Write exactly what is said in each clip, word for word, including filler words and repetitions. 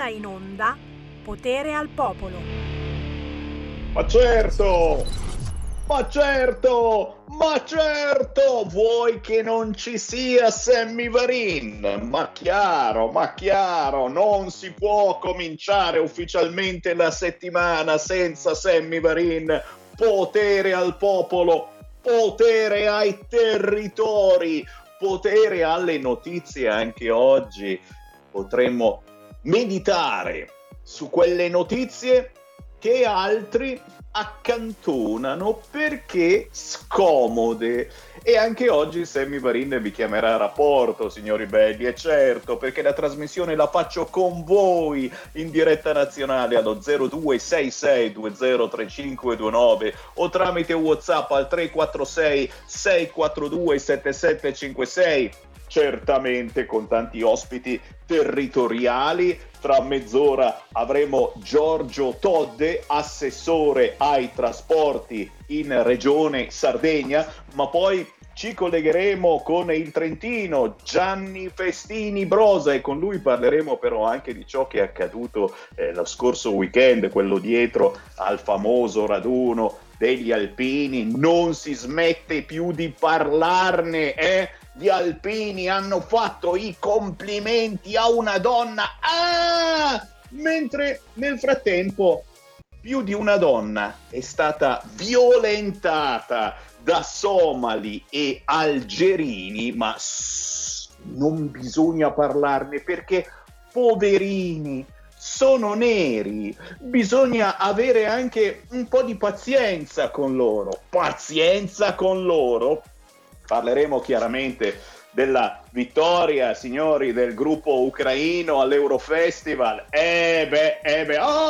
ora in onda Potere al Popolo. Ma certo! Ma certo! Ma certo! Vuoi che non ci sia Sammy Varin? Ma chiaro, ma chiaro, non si può cominciare ufficialmente la settimana senza Sammy Varin. Potere al popolo, potere ai territori, potere alle notizie. Anche oggi potremmo meditare su quelle notizie che altri accantonano perché scomode. E anche oggi Sammy Varin vi chiamerà a rapporto, signori belli, e certo, perché la trasmissione la faccio con voi in diretta nazionale allo zero due sei sei due zero tre cinque due nove o tramite WhatsApp al tre quattro sei sei quattro due sette sette cinque sei, certamente con tanti ospiti territoriali. Tra mezz'ora avremo Giorgio Todde, assessore ai trasporti in Regione Sardegna, ma poi ci collegheremo con il trentino Gianni Festini Brosa e con lui parleremo però anche di ciò che è accaduto eh, lo scorso weekend, quello dietro al famoso raduno degli alpini. Non si smette più di parlarne, eh? Gli alpini hanno fatto i complimenti a una donna, ah! Mentre nel frattempo più di una donna è stata violentata da somali e algerini, ma sss, non bisogna parlarne perché poverini, sono neri, bisogna avere anche un po' di pazienza con loro, pazienza con loro. Parleremo chiaramente della vittoria, signori, del gruppo ucraino all'Eurofestival. Eh beh, eh beh, oh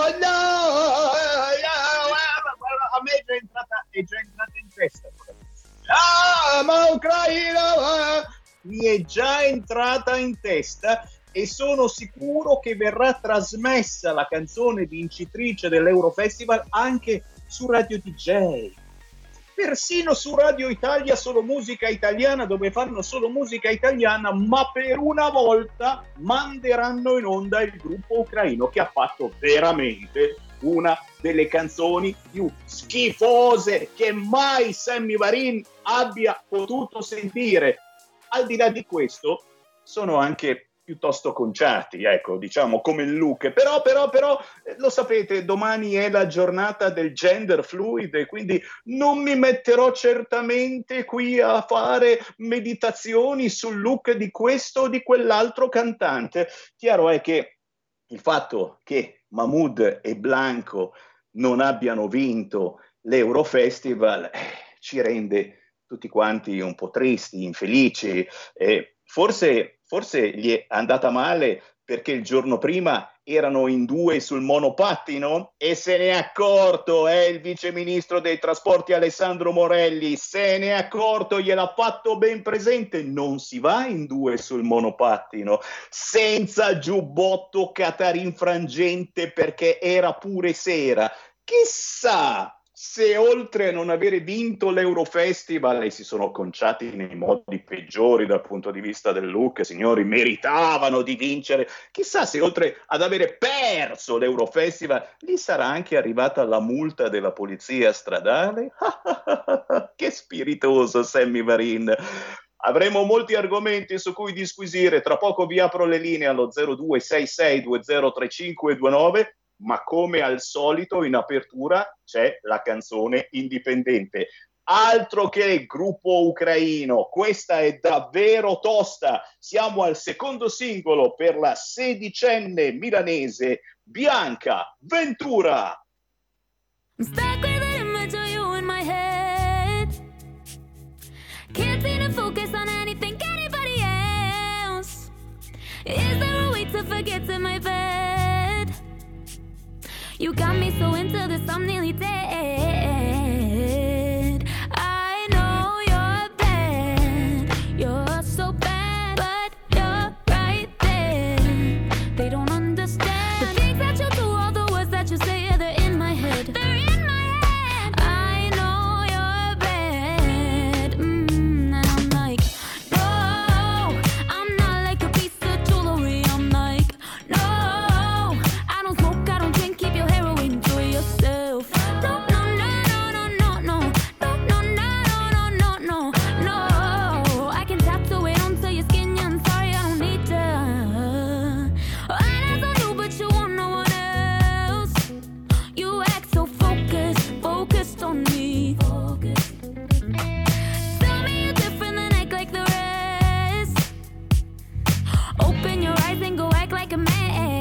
no! A me è già entrata, è già entrata in testa. Ah, ma Ucraina! Mi è già entrata in testa e sono sicuro che verrà trasmessa la canzone vincitrice dell'Eurofestival anche su Radio D J. Persino su Radio Italia, solo musica italiana, dove fanno solo musica italiana, ma per una volta manderanno in onda il gruppo ucraino che ha fatto veramente una delle canzoni più schifose che mai Sammy Varin abbia potuto sentire. Al di là di questo, sono anche piuttosto conciati, ecco, diciamo come il look, però, però, però, eh, lo sapete, domani è la giornata del gender fluid e quindi non mi metterò certamente qui a fare meditazioni sul look di questo o di quell'altro cantante. Chiaro è che il fatto che Mahmood e Blanco non abbiano vinto l'Eurofestival eh, ci rende tutti quanti un po' tristi, infelici, eh, forse Forse gli è andata male perché il giorno prima erano in due sul monopattino e se ne è accorto, eh, il vice ministro dei trasporti Alessandro Morelli, se ne è accorto, gliel'ha fatto ben presente, non si va in due sul monopattino senza giubbotto catarinfrangente perché era pure sera. Chissà se oltre a non avere vinto l'Eurofestival e si sono conciati nei modi peggiori dal punto di vista del look, signori, meritavano di vincere, chissà se oltre ad avere perso l'Eurofestival gli sarà anche arrivata la multa della polizia stradale. Che spiritoso Sammy Varin. Avremo molti argomenti su cui disquisire, tra poco vi apro le linee allo zero due sei sei due zero tre cinque due nove. Ma come al solito in apertura c'è la canzone indipendente. Altro che gruppo ucraino, questa è davvero tosta. Siamo al secondo singolo per la sedicenne milanese Bianca Ventura. I'm stuck with an image of you in my head. Can't seem to focus on anything, anybody else. Is there a way to forget in my bed? You got me so into this, I'm nearly dead. I know you're bad, you're so bad, but you're right there. They don't understand the things that you do, all the words that you say, yeah, they're in my head. They're in my head. I know you're bad. Mm, and I'm like, no, I'm not like a piece of jewelry. I'm like, no, like a man.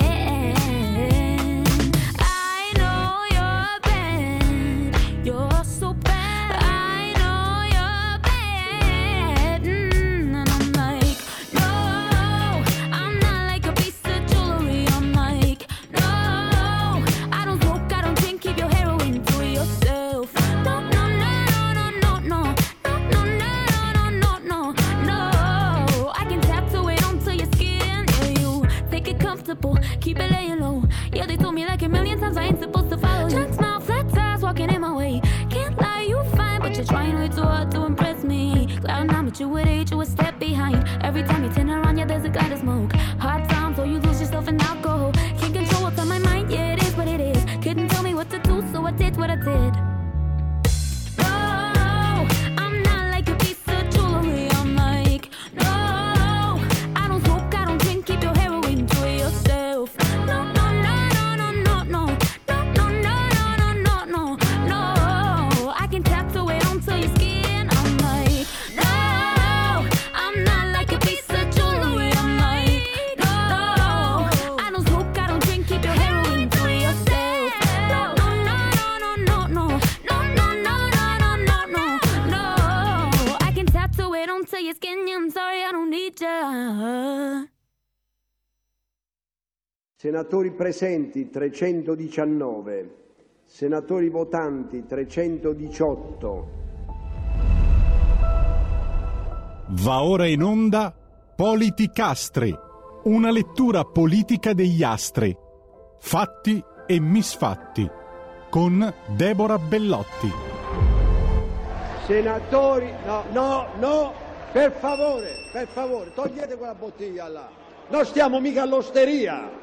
I know you're bad, you're so bad. I know you're bad, mm, and I'm like, no, I'm not like a piece of jewelry. I'm like, no, I don't smoke, I don't drink, keep your heroin to yourself. No, no, no, no, no, no, no, no, no, no, no, no, no. I can tattoo it onto your skin, yeah, you take it comfortable, keep it laying low. Yeah, they told me like a million times I ain't supposed to follow you. Junk smile, flat tires, walking in my way. Can't lie, you fine, but you're trying way too hard to impress me. Cloud nine, but you would age, you a step behind. Every time you turn around, yeah, there's a cloud of smoke. Hard times, or you lose yourself in alcohol. Can't control what's on my mind, yeah, it is what it is. Couldn't tell me what to do, so I did what I did. No, I'm not like a piece of jewelry. I'm like, no, I don't smoke, I don't drink, keep your heroin to yourself. No, no, no, no, no, no, no, no, no, no, no, no, no, no. I can tattoo it onto your skin. I'm like, no, I'm not like a piece of jewelry. I'm like, no, I don't smoke, I don't drink, keep your heroin to yourself. No, no, no, no, no, no, no, no, no, no, no, no, no, no. I can tattoo it onto your skin. Yeah, I'm sorry, I don't need ya. Senatori presenti trecentodiciannove, senatori votanti trecentodiciotto. Va ora in onda Politicastri, una lettura politica degli astri, fatti e misfatti, con Deborah Bellotti. Senatori, no, no, no, per favore, per favore, togliete quella bottiglia là. Non stiamo mica all'osteria.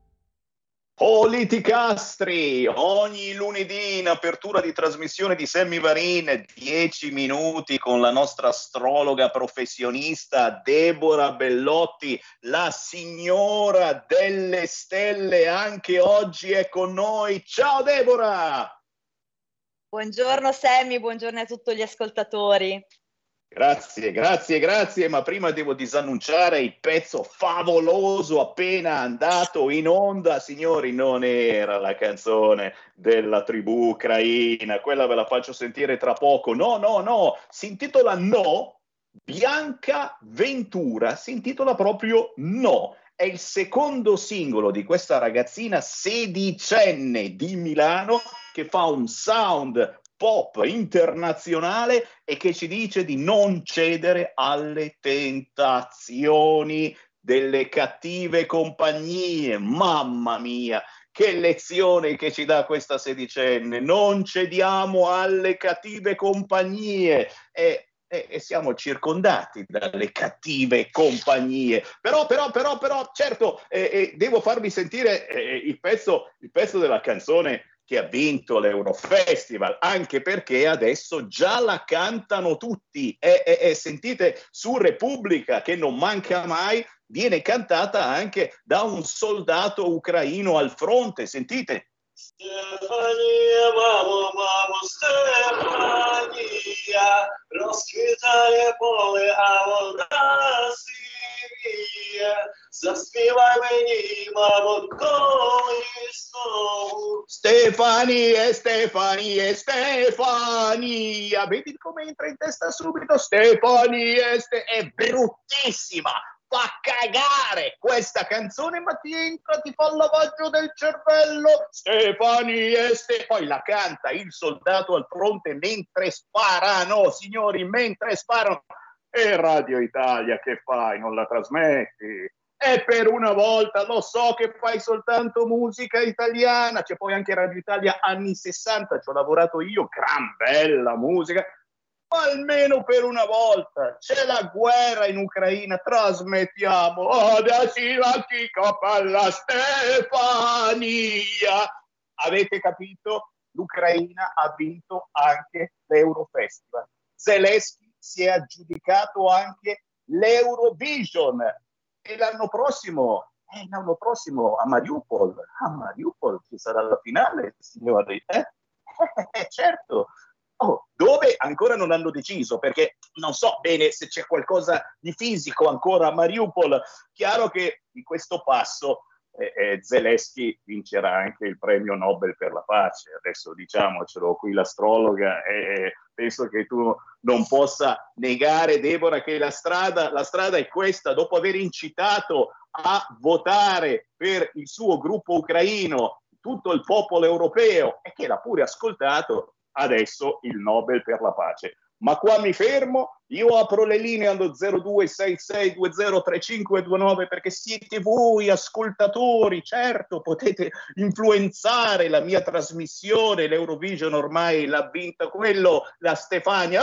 Politicastri, ogni lunedì in apertura di trasmissione di Sammy Varin, dieci minuti con la nostra astrologa professionista Deborah Bellotti, la signora delle stelle, anche oggi è con noi. Ciao Deborah! Buongiorno Sammy, buongiorno a tutti gli ascoltatori. Grazie, grazie, grazie, ma prima devo disannunciare il pezzo favoloso appena andato in onda. Signori, non era la canzone della tribù ucraina, quella ve la faccio sentire tra poco. No, no, no, si intitola No, Bianca Ventura, si intitola proprio No. È il secondo singolo di questa ragazzina sedicenne di Milano che fa un sound pop internazionale e che ci dice di non cedere alle tentazioni delle cattive compagnie. Mamma mia, che lezione che ci dà questa sedicenne! Non cediamo alle cattive compagnie. E E, e siamo circondati dalle cattive compagnie. Però, però, però, però, certo, eh, eh, devo farvi sentire eh, il pezzo, il pezzo della canzone che ha vinto l'Eurofestival, anche perché adesso già la cantano tutti. E, e, e sentite, su Repubblica, che non manca mai, viene cantata anche da un soldato ucraino al fronte. Sentite. Stefania, mamo, mamo, Stefania, rozkwitає поле, а вона сивіє. Заспівай мені, мамо, колискову. Stefania, Stefania, Stefania. Vedi come entra in testa subito? Stefania, Ste- è bruttissima. Fa cagare questa canzone, ma ti entra, ti fa il lavaggio del cervello. Stefania, Ste- poi la canta il soldato al fronte mentre sparano, signori, mentre sparano. E Radio Italia che fai? Non la trasmetti? E per una volta, lo so che fai soltanto musica italiana, c'è poi anche Radio Italia anni sessanta, ci ho lavorato io, gran bella musica. Almeno per una volta c'è la guerra in Ucraina, trasmettiamo adesso la alla Stefania. Avete capito? L'Ucraina ha vinto anche l'Eurofestival. Zelensky si è aggiudicato anche l'Eurovision e l'anno prossimo, eh, l'anno prossimo a Mariupol, a Mariupol ci sarà la finale, signori. Eh? Eh, certo. Oh, dove ancora non hanno deciso, perché non so bene se c'è qualcosa di fisico ancora a Mariupol. Chiaro che di questo passo eh, eh, Zelensky vincerà anche il premio Nobel per la pace. Adesso diciamocelo, qui l'astrologa, eh, penso che tu non possa negare, Deborah, che la strada, la strada è questa. Dopo aver incitato a votare per il suo gruppo ucraino tutto il popolo europeo e che l'ha pure ascoltato, adesso il Nobel per la pace. Ma qua mi fermo, io apro le linee allo zero due sei sei due zero tre cinque due nove perché siete voi ascoltatori, certo potete influenzare la mia trasmissione, l'Eurovision ormai l'ha vinta quello, la Stefania,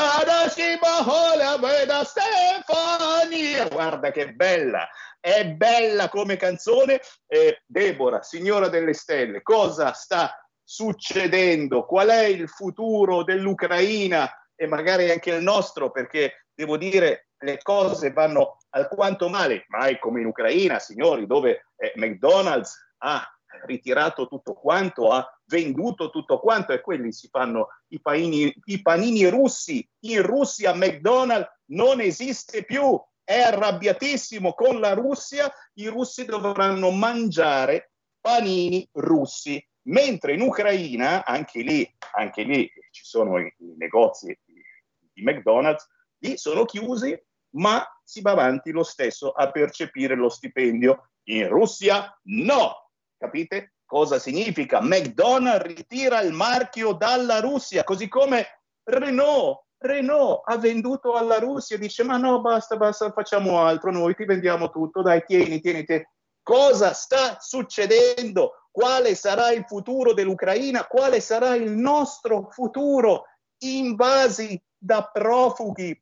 Stefania, guarda che bella, è bella come canzone. eh, Deborah, signora delle stelle, cosa sta succedendo? Qual è il futuro dell'Ucraina e magari anche il nostro? Perché devo dire le cose vanno alquanto male, mai come in Ucraina, signori, dove eh, McDonald's ha ritirato tutto quanto, ha venduto tutto quanto e quelli si fanno i panini, i panini russi. In Russia McDonald's non esiste più, è arrabbiatissimo con la Russia, i russi dovranno mangiare panini russi. Mentre in Ucraina, anche lì, anche lì ci sono i, i negozi di, di McDonald's, lì sono chiusi, ma si va avanti lo stesso a percepire lo stipendio. In Russia no, capite? Cosa significa? McDonald's ritira il marchio dalla Russia, così come Renault. Renault ha venduto alla Russia, dice ma no, basta, basta, facciamo altro, noi ti vendiamo tutto, dai, tieni, tieni, tieni. Cosa sta succedendo? Quale sarà il futuro dell'Ucraina? Quale sarà il nostro futuro? Invasi da profughi.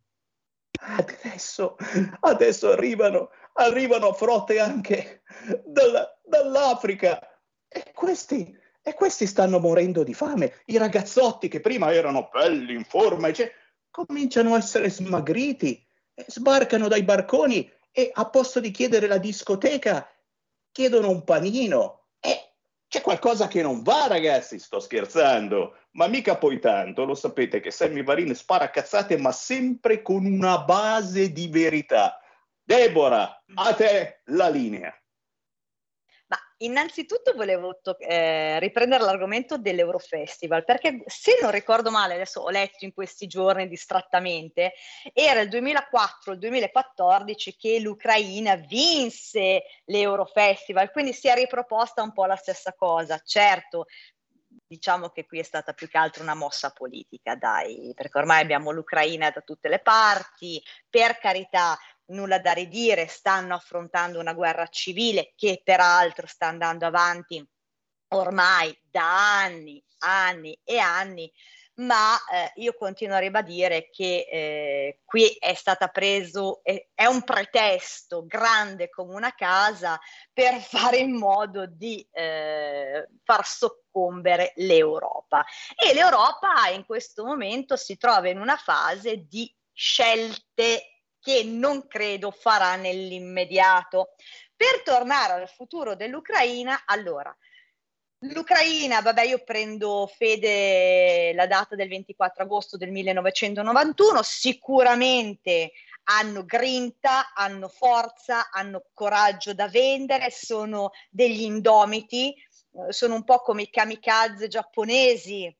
Adesso, adesso arrivano, arrivano frotte anche dalla, dall'Africa. E questi, e questi stanno morendo di fame. I ragazzotti che prima erano belli in forma, cioè, cominciano a essere smagriti, sbarcano dai barconi e a posto di chiedere la discoteca chiedono un panino. E c'è qualcosa che non va, ragazzi, sto scherzando, ma mica poi tanto. Lo sapete che Sammy Varin spara cazzate, ma sempre con una base di verità. Deborah, a te la linea. Ma innanzitutto volevo to- eh, riprendere l'argomento dell'Eurofestival, perché se non ricordo male, adesso ho letto in questi giorni distrattamente, era il duemilaquattro il duemilaquattordici che l'Ucraina vinse l'Eurofestival, quindi si è riproposta un po' la stessa cosa. Certo, diciamo che qui è stata più che altro una mossa politica, dai, perché ormai abbiamo l'Ucraina da tutte le parti, per carità, nulla da ridire, stanno affrontando una guerra civile che peraltro sta andando avanti ormai da anni, anni e anni, ma eh, io continuo a ribadire che eh, qui è stata preso, è, è un pretesto grande come una casa per fare in modo di eh, far soccombere l'Europa. E l'Europa in questo momento si trova in una fase di scelte che non credo farà nell'immediato. Per tornare al futuro dell'Ucraina, allora, l'Ucraina, vabbè, io prendo fede la data del ventiquattro agosto del millenovecentonovantuno, sicuramente hanno grinta, hanno forza, hanno coraggio da vendere, sono degli indomiti, sono un po' come i kamikaze giapponesi,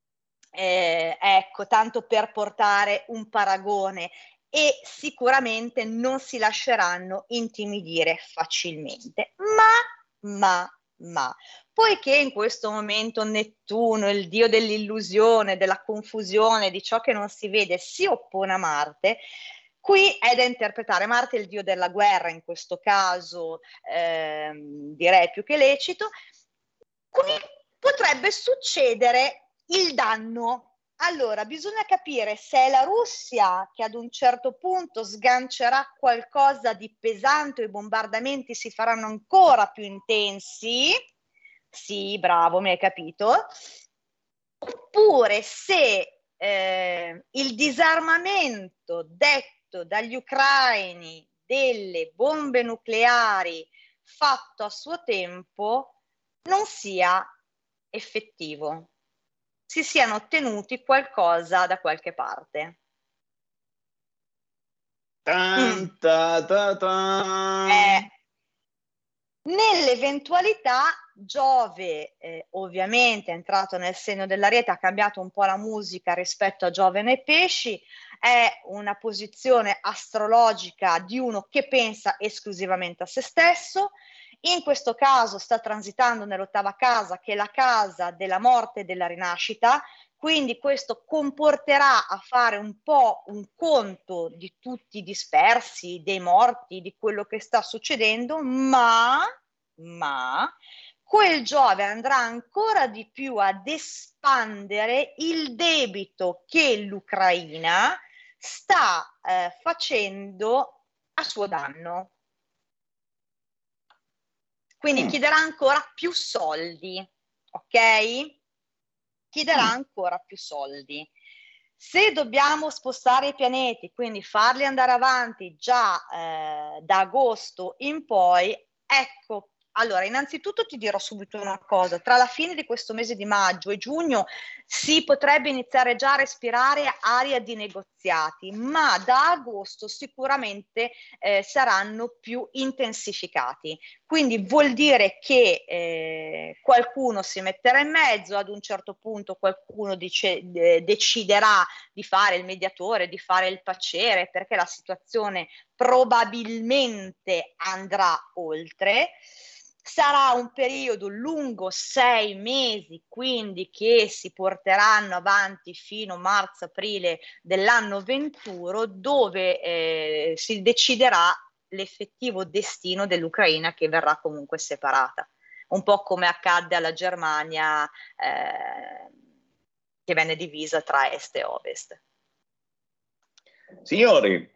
eh, ecco, tanto per portare un paragone, e sicuramente non si lasceranno intimidire facilmente. Ma, ma, ma, poiché in questo momento Nettuno, il dio dell'illusione, della confusione, di ciò che non si vede, si oppone a Marte, qui è da interpretare. Marte è il dio della guerra, in questo caso ehm, direi più che lecito. Qui potrebbe succedere il danno. Allora, bisogna capire se è la Russia che ad un certo punto sgancerà qualcosa di pesante, i bombardamenti si faranno ancora più intensi. Sì, bravo, mi hai capito. Oppure se eh, il disarmamento detto dagli ucraini delle bombe nucleari fatto a suo tempo non sia effettivo. si siano ottenuti qualcosa da qualche parte. Tan, ta, ta, ta. Eh, nell'eventualità Giove eh, ovviamente è entrato nel segno dell'Ariete, ha cambiato un po' la musica rispetto a Giove nei Pesci, è una posizione astrologica di uno che pensa esclusivamente a se stesso. In questo caso sta transitando nell'ottava casa, che è la casa della morte e della rinascita, quindi questo comporterà a fare un po' un conto di tutti i dispersi, dei morti, di quello che sta succedendo, ma, ma quel Giove andrà ancora di più ad espandere il debito che l'Ucraina sta eh, facendo a suo danno. Quindi Mm. chiederà ancora più soldi, ok? Chiederà ancora più soldi. Se dobbiamo spostare i pianeti, quindi farli andare avanti già eh, da agosto in poi, ecco, allora innanzitutto ti dirò subito una cosa: tra la fine di questo mese di maggio e giugno si potrebbe iniziare già a respirare aria di negoziati, ma da agosto sicuramente eh, saranno più intensificati. Quindi vuol dire che eh, qualcuno si metterà in mezzo, ad un certo punto qualcuno dice, eh, deciderà di fare il mediatore, di fare il paciere, perché la situazione probabilmente andrà oltre. Sarà un periodo lungo, sei mesi, quindi che si porteranno avanti fino a marzo-aprile dell'anno venturo, dove eh, si deciderà l'effettivo destino dell'Ucraina, che verrà comunque separata, un po' come accadde alla Germania eh, che venne divisa tra est e ovest. Signori,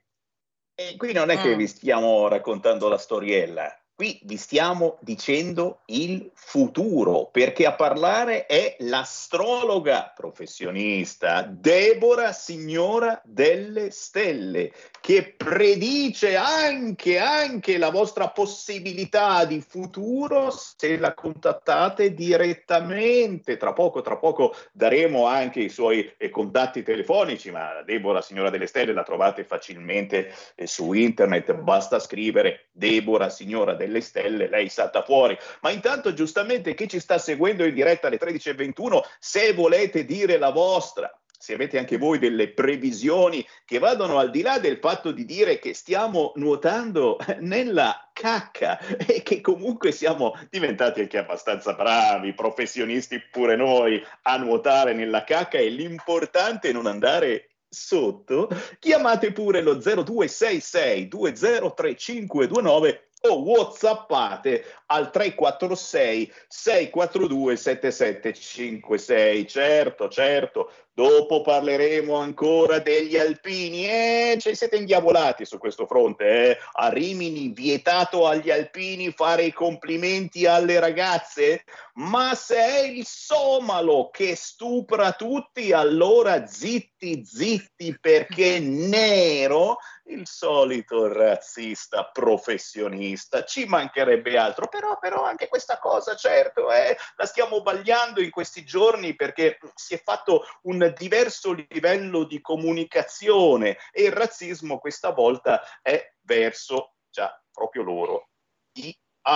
e qui non è che Mm. vi stiamo raccontando la storiella, qui vi stiamo dicendo il futuro, perché a parlare è l'astrologa professionista Deborah Signora delle Stelle, che predice anche, anche la vostra possibilità di futuro se la contattate direttamente. Tra poco, tra poco daremo anche i suoi eh, contatti telefonici, ma Deborah Signora delle Stelle la trovate facilmente eh, su internet, basta scrivere Deborah Signora delle Stelle, lei salta fuori. Ma intanto giustamente chi ci sta seguendo in diretta alle tredici e ventuno, se volete dire la vostra, se avete anche voi delle previsioni che vadano al di là del fatto di dire che stiamo nuotando nella cacca e che comunque siamo diventati anche abbastanza bravi, professionisti pure noi, a nuotare nella cacca, e l'importante è non andare sotto, chiamate pure lo zero due sei sei due zero tre cinque due nove o whatsappate al tre quattro sei sei quattro due sette sette cinque sei. Certo, certo, dopo parleremo ancora degli alpini, eh, ci siete indiavolati su questo fronte, eh? A Rimini vietato agli alpini fare i complimenti alle ragazze, ma se è il somalo che stupra tutti, allora zitti, zitti, perché nero, il solito razzista professionista, ci mancherebbe altro, però, però anche questa cosa, certo, eh, la stiamo vagliando in questi giorni perché si è fatto un diverso livello di comunicazione e il razzismo questa volta è verso, già, proprio loro, gli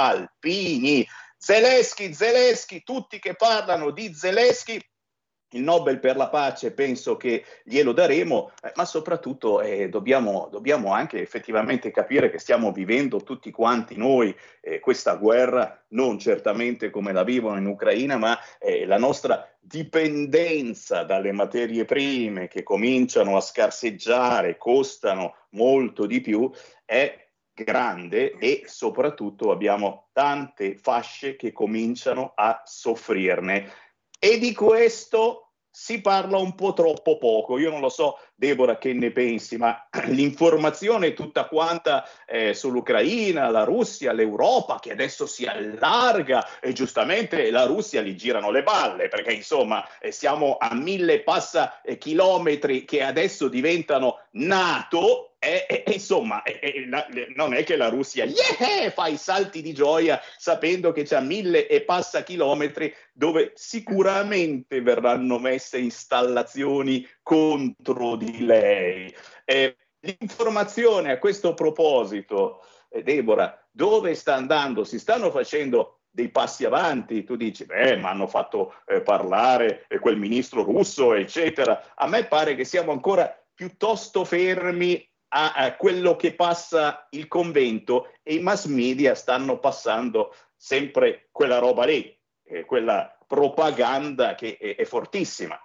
alpini. Zelensky, Zelensky, tutti che parlano di Zelensky. Il Nobel per la pace penso che glielo daremo, eh, ma soprattutto eh, dobbiamo, dobbiamo anche effettivamente capire che stiamo vivendo tutti quanti noi eh, questa guerra, non certamente come la vivono in Ucraina, ma eh, la nostra dipendenza dalle materie prime che cominciano a scarseggiare, costano molto di più, è grande, e soprattutto abbiamo tante fasce che cominciano a soffrirne. E di questo si parla un po' troppo poco. Io non lo so, Deborah, che ne pensi, ma l'informazione tutta quanta eh, sull'Ucraina, la Russia, l'Europa, che adesso si allarga, e giustamente la Russia gli girano le balle, perché insomma eh, siamo a mille passa eh, chilometri che adesso diventano NATO. E, e, insomma, e, e, la, le, non è che la Russia yeah, fa i salti di gioia sapendo che c'ha mille e passa chilometri dove sicuramente verranno messe installazioni contro di lei. Eh, l'informazione a questo proposito, eh, Deborah, dove sta andando? Si stanno facendo dei passi avanti? Tu dici, beh, ma hanno fatto eh, parlare eh, quel ministro russo, eccetera. A me pare che siamo ancora piuttosto fermi a, a quello che passa il convento, e i mass media stanno passando sempre quella roba lì, eh, quella propaganda che è, è fortissima.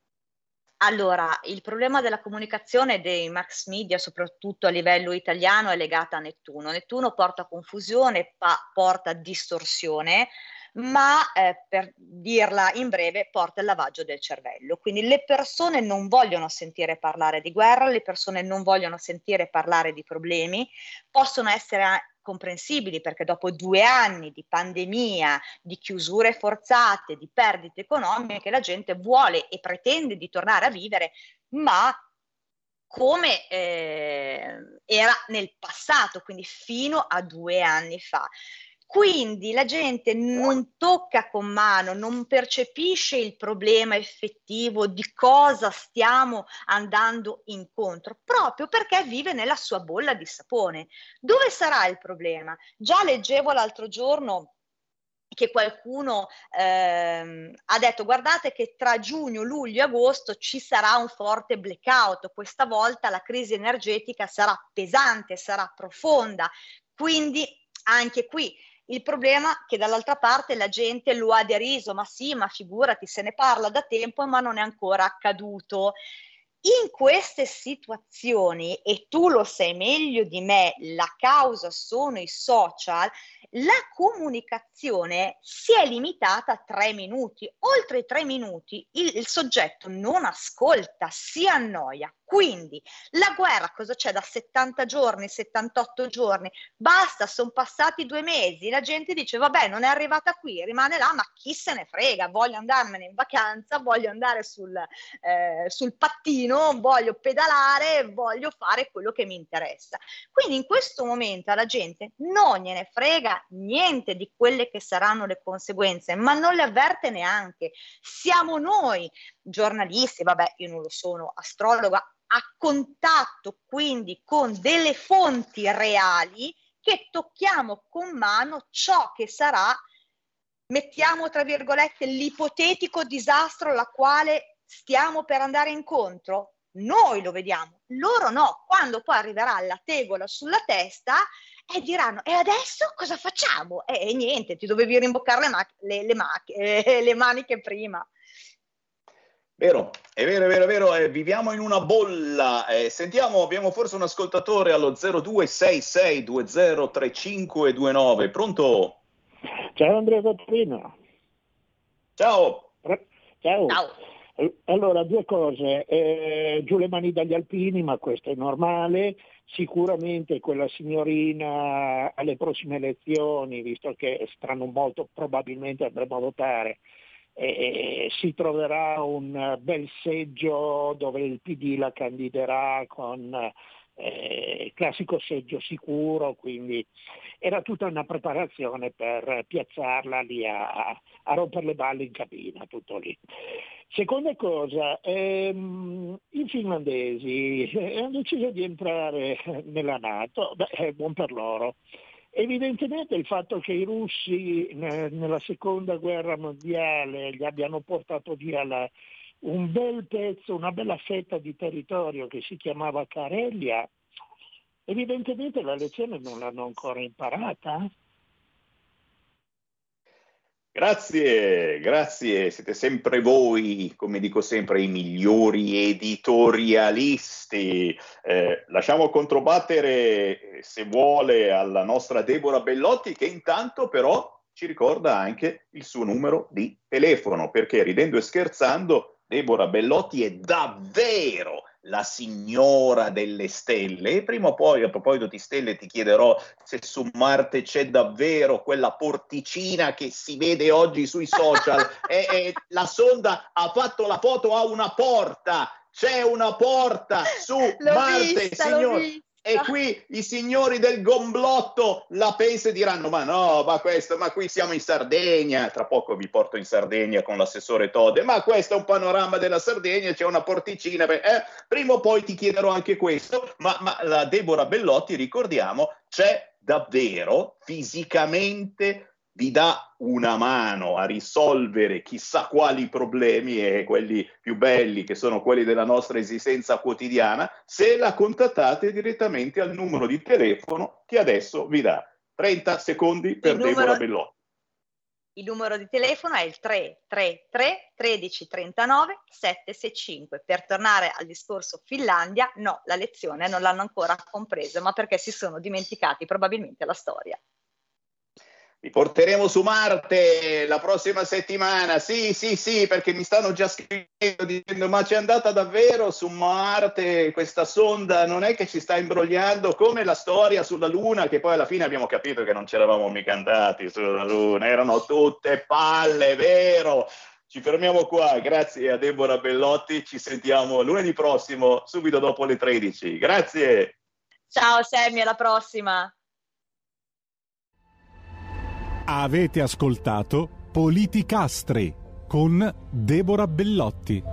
Allora, il problema della comunicazione dei mass media, soprattutto a livello italiano, è legata a Nettuno. Nettuno porta confusione, pa- porta distorsione, ma eh, per dirla in breve porta il lavaggio del cervello. Quindi le persone non vogliono sentire parlare di guerra, le persone non vogliono sentire parlare di problemi, possono essere comprensibili perché dopo due anni di pandemia, di chiusure forzate, di perdite economiche, la gente vuole e pretende di tornare a vivere, ma come eh, era nel passato, quindi fino a due anni fa. Quindi la gente non tocca con mano, non percepisce il problema effettivo di cosa stiamo andando incontro, proprio perché vive nella sua bolla di sapone. Dove sarà il problema? Già leggevo l'altro giorno che qualcuno ehm, ha detto: guardate che tra giugno, luglio e agosto ci sarà un forte blackout, questa volta la crisi energetica sarà pesante, sarà profonda, quindi anche qui il problema è che dall'altra parte la gente lo ha deriso, ma sì, ma figurati, se ne parla da tempo ma non è ancora accaduto. In queste situazioni, e tu lo sai meglio di me, la causa sono i social, la comunicazione si è limitata a tre minuti. Oltre i tre minuti il, il soggetto non ascolta, si annoia. Quindi la guerra cosa c'è da settanta giorni, settantotto giorni? Basta, sono passati due mesi, la gente dice vabbè, non è arrivata qui, rimane là, ma chi se ne frega, voglio andarmene in vacanza, voglio andare sul, eh, sul pattino, voglio pedalare, voglio fare quello che mi interessa. Quindi in questo momento alla gente non gliene frega niente di quelle che saranno le conseguenze, ma non le avverte neanche. Siamo noi giornalisti, vabbè, io non lo sono, astrologa, a contatto quindi con delle fonti reali che tocchiamo con mano ciò che sarà, mettiamo tra virgolette, l'ipotetico disastro alla quale stiamo per andare incontro. Noi lo vediamo, loro no. Quando poi arriverà la tegola sulla testa e diranno: e adesso cosa facciamo? E, e niente, ti dovevi rimboccare le, ma- le, le, ma- eh, le maniche prima. Vero, è vero, è vero, è vero, eh, viviamo in una bolla. Eh, sentiamo, abbiamo forse un ascoltatore allo zero due sei sei due zero tre cinque due nove. Pronto? Ciao Andrea Zattarino. Ciao. Ciao. Ciao. Allora, due cose. Eh, giù le mani dagli alpini, ma questo è normale. Sicuramente quella signorina alle prossime elezioni, visto che tra non molto probabilmente andremo a votare, Eh, si troverà un bel seggio dove il P D la candiderà con eh, il classico seggio sicuro, quindi era tutta una preparazione per piazzarla lì a, a rompere le balle in cabina, tutto lì. Seconda cosa, ehm, i finlandesi eh, hanno deciso di entrare nella NATO, beh, è buon per loro. Evidentemente il fatto che i russi eh, nella seconda guerra mondiale gli abbiano portato via la, un bel pezzo, una bella fetta di territorio che si chiamava Karelia, evidentemente la lezione non l'hanno ancora imparata. Grazie, grazie, siete sempre voi, come dico sempre, i migliori editorialisti. Eh, lasciamo controbattere, se vuole, alla nostra Deborah Bellotti, che intanto però ci ricorda anche il suo numero di telefono, perché ridendo e scherzando, Deborah Bellotti è davvero la signora delle stelle, e prima o poi, a proposito di stelle, ti chiederò se su Marte c'è davvero quella porticina che si vede oggi sui social. e, e la sonda ha fatto la foto a una porta, c'è una porta su l'ho Marte, vista, signor. l'ho vista. E qui i signori del gomblotto la pensano e diranno: ma no, ma questo, ma qui siamo in Sardegna, tra poco vi porto in Sardegna con l'assessore Tode, ma questo è un panorama della Sardegna, c'è una porticina, eh, prima o poi ti chiederò anche questo, ma, ma la Deborah Bellotti, ricordiamo, c'è davvero fisicamente, vi dà una mano a risolvere chissà quali problemi, e quelli più belli che sono quelli della nostra esistenza quotidiana, se la contattate direttamente al numero di telefono che adesso vi dà. trenta secondi per numero... Deborah Bellotti. Il numero di telefono è il tre tre tre tredici trentanove settecentosessantacinque. Per tornare al discorso Finlandia, no, la lezione non l'hanno ancora compresa, ma perché si sono dimenticati probabilmente la storia. Vi porteremo su Marte la prossima settimana, sì, sì, sì, perché mi stanno già scrivendo dicendo: ma c'è andata davvero su Marte questa sonda? Non è che ci sta imbrogliando come la storia sulla Luna, che poi alla fine abbiamo capito che non c'eravamo mica andati sulla Luna, erano tutte palle, vero? Ci fermiamo qua, grazie a Deborah Bellotti, ci sentiamo lunedì prossimo, subito dopo le tredici, grazie! Ciao Sammy, alla prossima! Avete ascoltato Politicastri con Deborah Bellotti.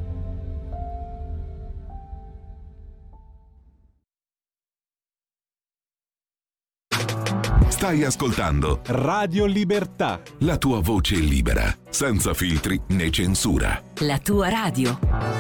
Stai ascoltando Radio Libertà, la tua voce libera, senza filtri né censura. La tua radio.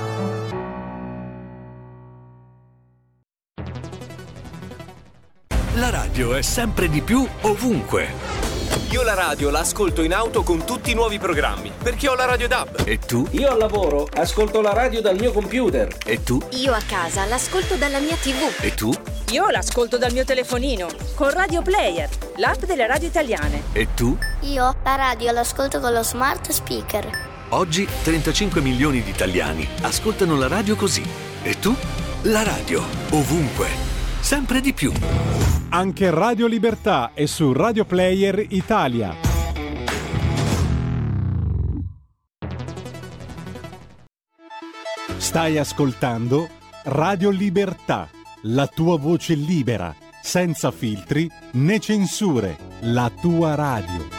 La radio è sempre di più ovunque. Io la radio la ascolto in auto con tutti i nuovi programmi, perché ho la Radio D A B. E tu? Io al lavoro ascolto la radio dal mio computer. E tu? Io a casa l'ascolto dalla mia tivù. E tu? Io l'ascolto dal mio telefonino, con Radio Player, l'app delle radio italiane. E tu? Io la radio l'ascolto con lo smart speaker. Oggi trentacinque milioni di italiani ascoltano la radio così. E tu? La radio, ovunque, sempre di più. Anche Radio Libertà è su Radio Player Italia. Stai ascoltando Radio Libertà, la tua voce libera, senza filtri né censure, la tua radio.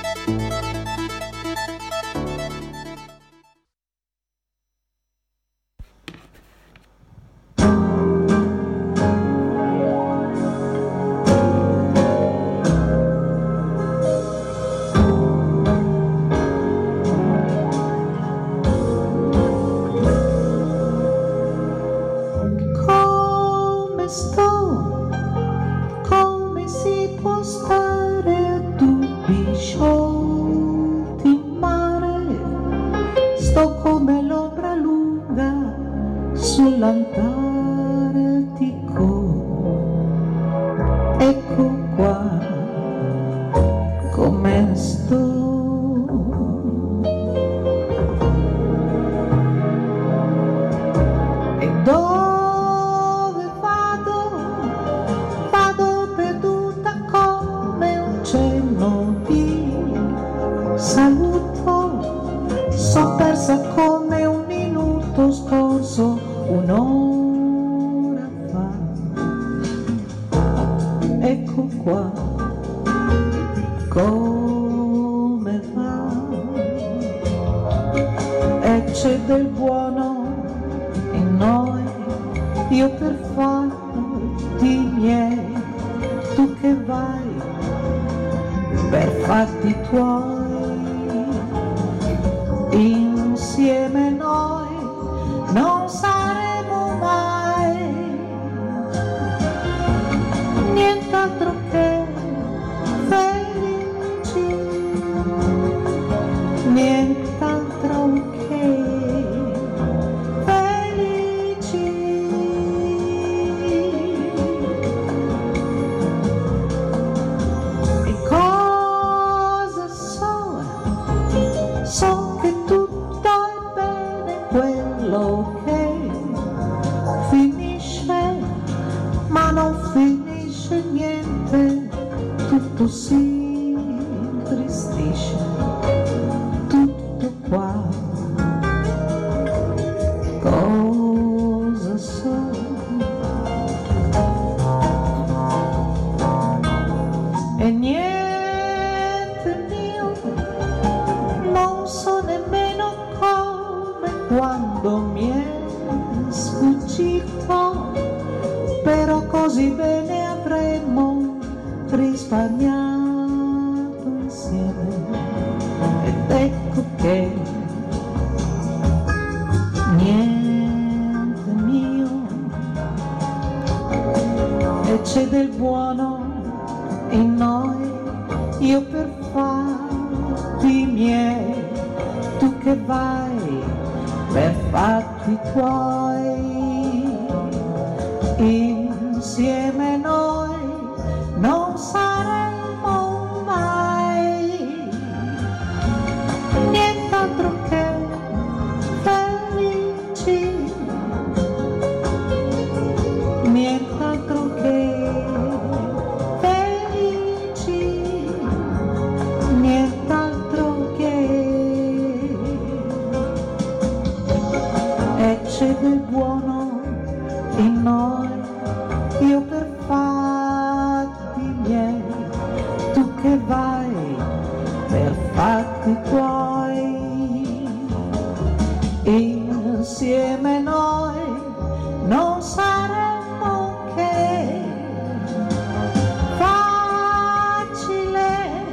c'è del buono in noi, io per fatti miei, tu che vai per fatti tuoi, insieme noi non saremo mai nient'altro che felici, nient'altro che felici, nient'altro che. E c'è del buono in noi, io per fatti miei, tu che vai per fatti tuoi, insieme noi non saremmo che facile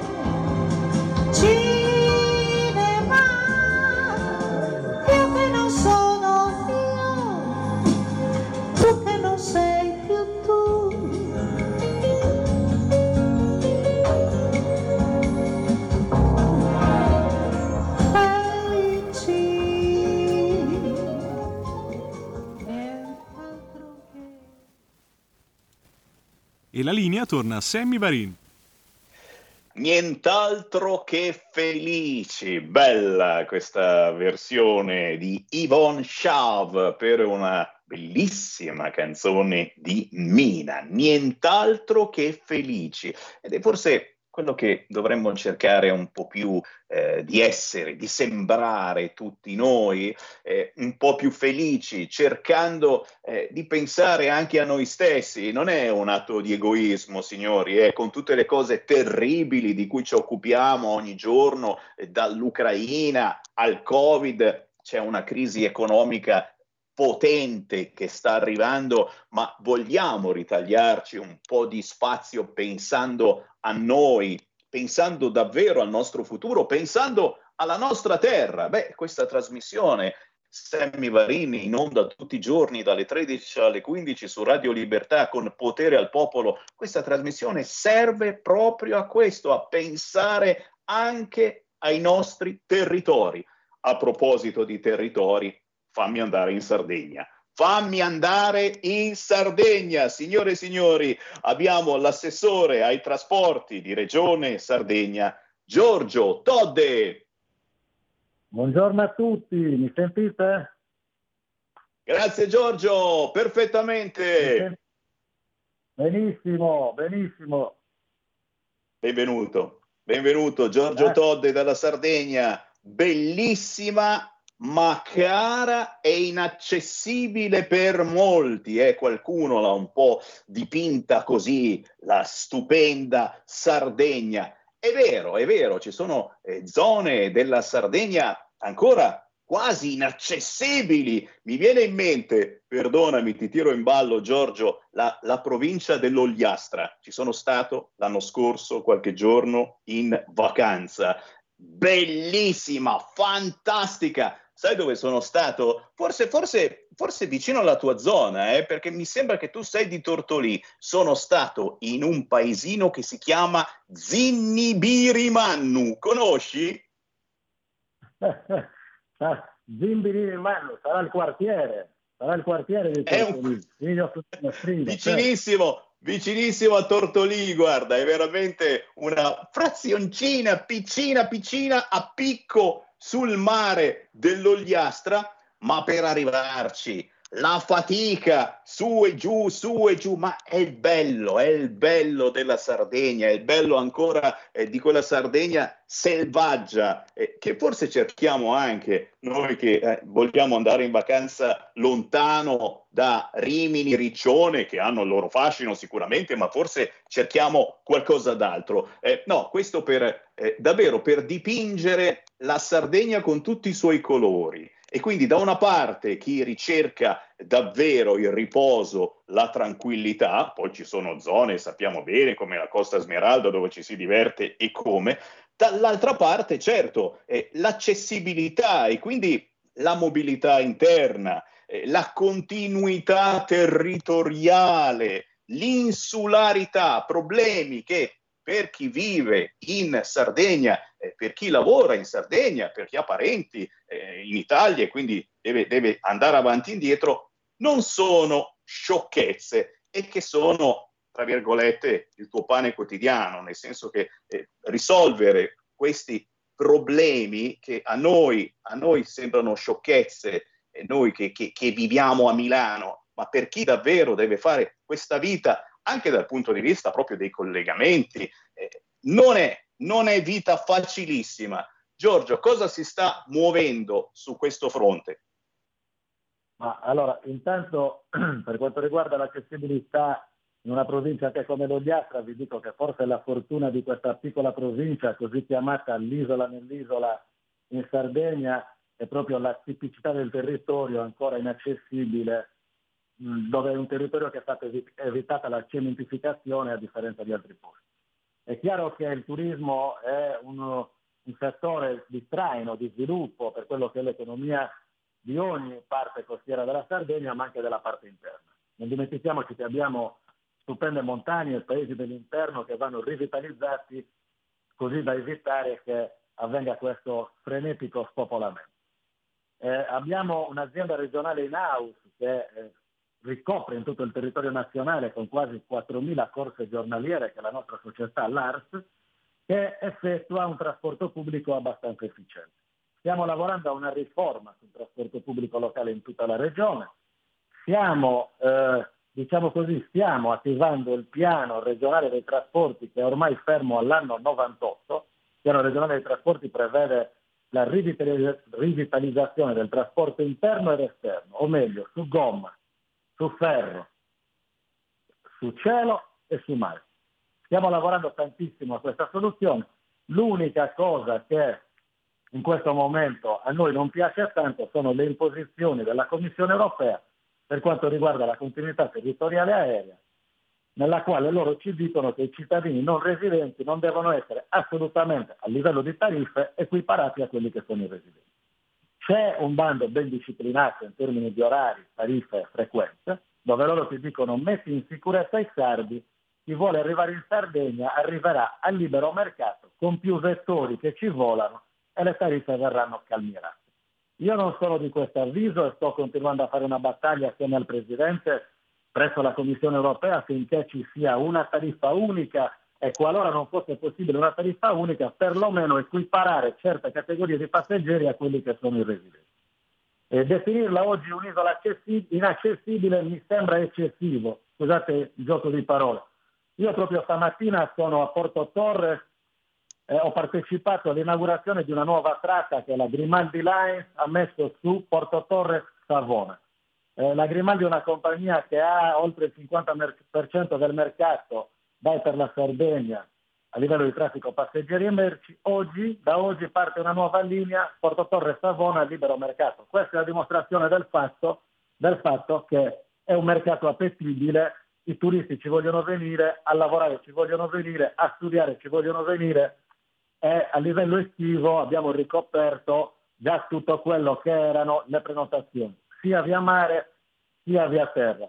cinema, io che non sono io, tu che non sei più tu. E la linea torna a Sammy Varin. Nient'altro che felici. Bella questa versione di Yvonne Schav per una bellissima canzone di Mina. Nient'altro che felici. Ed è forse quello che dovremmo cercare un po' più eh, di essere, di sembrare tutti noi eh, un po' più felici, cercando eh, di pensare anche a noi stessi. Non è un atto di egoismo, signori, eh, con tutte le cose terribili di cui ci occupiamo ogni giorno, eh, dall'Ucraina al Covid, c'è una crisi economica potente che sta arrivando, ma vogliamo ritagliarci un po' di spazio pensando a noi, pensando davvero al nostro futuro, pensando alla nostra terra. Beh, questa trasmissione Sammy Varini in onda tutti i giorni dalle tredici alle quindici su Radio Libertà con Potere al Popolo, questa trasmissione serve proprio a questo, a pensare anche ai nostri territori. A proposito di territori, fammi andare in Sardegna. Fammi andare in Sardegna, signore e signori. Abbiamo l'assessore ai trasporti di Regione Sardegna, Giorgio Todde. Buongiorno a tutti, mi sentite? Grazie Giorgio, perfettamente. Benissimo, benissimo. Benvenuto, benvenuto Giorgio eh. Todde dalla Sardegna. Bellissima ma cara e inaccessibile per molti, eh? Qualcuno l'ha un po' dipinta così, la stupenda Sardegna. È vero, è vero, ci sono eh, zone della Sardegna ancora quasi inaccessibili. Mi viene in mente, perdonami, ti tiro in ballo Giorgio, la, la provincia dell'Ogliastra. Ci sono stato l'anno scorso, qualche giorno, in vacanza. Bellissima, fantastica. Sai dove sono stato? Forse, forse, forse vicino alla tua zona, eh? Perché mi sembra che tu sei di Tortolì. Sono stato in un paesino che si chiama Zinnibirimannu. Conosci? Zinnibirimannu sarà il quartiere, sarà il quartiere di Tortolì. Un... Vicinissimo. Vicinissimo a Tortolì, guarda, è veramente una frazioncina piccina piccina a picco sul mare dell'Ogliastra, ma per arrivarci la fatica su e giù, su e giù, ma è il bello, è il bello della Sardegna, è il bello ancora eh, di quella Sardegna selvaggia, eh, che forse cerchiamo anche noi che eh, vogliamo andare in vacanza lontano da Rimini, Riccione, che hanno il loro fascino sicuramente, ma forse cerchiamo qualcosa d'altro. Eh, no, questo per eh, davvero per dipingere la Sardegna con tutti i suoi colori. E quindi da una parte chi ricerca davvero il riposo, la tranquillità, poi ci sono zone, sappiamo bene, come la Costa Smeralda, dove ci si diverte e come, dall'altra parte certo eh, l'accessibilità e quindi la mobilità interna, eh, la continuità territoriale, l'insularità, problemi che per chi vive in Sardegna, eh, per chi lavora in Sardegna, per chi ha parenti eh, in Italia e quindi deve, deve andare avanti e indietro, non sono sciocchezze e che sono, tra virgolette, il tuo pane quotidiano, nel senso che eh, risolvere questi problemi che a noi, a noi sembrano sciocchezze, eh, noi che, che, che viviamo a Milano, ma per chi davvero deve fare questa vita, anche dal punto di vista proprio dei collegamenti, eh, non è, non è vita facilissima. Giorgio, cosa si sta muovendo su questo fronte? Ma allora, intanto per quanto riguarda l'accessibilità in una provincia che è come l'Ogliastra, vi dico che forse la fortuna di questa piccola provincia, così chiamata l'isola nell'isola in Sardegna, è proprio la tipicità del territorio ancora inaccessibile, dove è un territorio che è stata evitata la cementificazione a differenza di altri posti. È chiaro che il turismo è uno, un settore di traino, di sviluppo per quello che è l'economia di ogni parte costiera della Sardegna, ma anche della parte interna. Non dimentichiamoci che abbiamo stupende montagne e paesi dell'interno che vanno rivitalizzati così da evitare che avvenga questo frenetico spopolamento. Eh, abbiamo un'azienda regionale in house che eh, ricopre in tutto il territorio nazionale con quasi quattromila corse giornaliere, che è la nostra società, l'A R S, che effettua un trasporto pubblico abbastanza efficiente. Stiamo lavorando a una riforma sul trasporto pubblico locale in tutta la regione. Siamo, eh, diciamo così, stiamo attivando il piano regionale dei trasporti che è ormai fermo all'anno novantotto. Il piano regionale dei trasporti prevede la rivitalizzazione del trasporto interno ed esterno, o meglio, su gomma, su ferro, su cielo e su mare. Stiamo lavorando tantissimo a questa soluzione. L'unica cosa che in questo momento a noi non piace tanto sono le imposizioni della Commissione europea per quanto riguarda la continuità territoriale aerea, nella quale loro ci dicono che i cittadini non residenti non devono essere assolutamente a livello di tariffe equiparati a quelli che sono i residenti. C'è un bando ben disciplinato in termini di orari, tariffe e frequenze, dove loro ti dicono metti in sicurezza i sardi, chi vuole arrivare in Sardegna arriverà al libero mercato con più vettori che ci volano e le tariffe verranno calmierate. Io non sono di questo avviso e sto continuando a fare una battaglia assieme al Presidente presso la Commissione europea affinché ci sia una tariffa unica e qualora non fosse possibile una tariffa unica, perlomeno equiparare certe categorie di passeggeri a quelli che sono i residenti. E definirla oggi un'isola inaccessibile mi sembra eccessivo, scusate il gioco di parole. Io proprio stamattina sono a Porto Torres, eh, ho partecipato all'inaugurazione di una nuova tratta che è la Grimaldi Line, ha messo su Porto Torres Savona. Eh, la Grimaldi è una compagnia che ha oltre il cinquanta per cento del mercato dai per la Sardegna a livello di traffico passeggeri e merci. Oggi, da oggi parte una nuova linea Porto Torres Savona libero mercato. Questa è la dimostrazione del fatto, del fatto che è un mercato appetibile, i turisti ci vogliono venire, a lavorare ci vogliono venire, a studiare ci vogliono venire e a livello estivo abbiamo ricoperto già tutto quello che erano le prenotazioni, sia via mare sia via terra.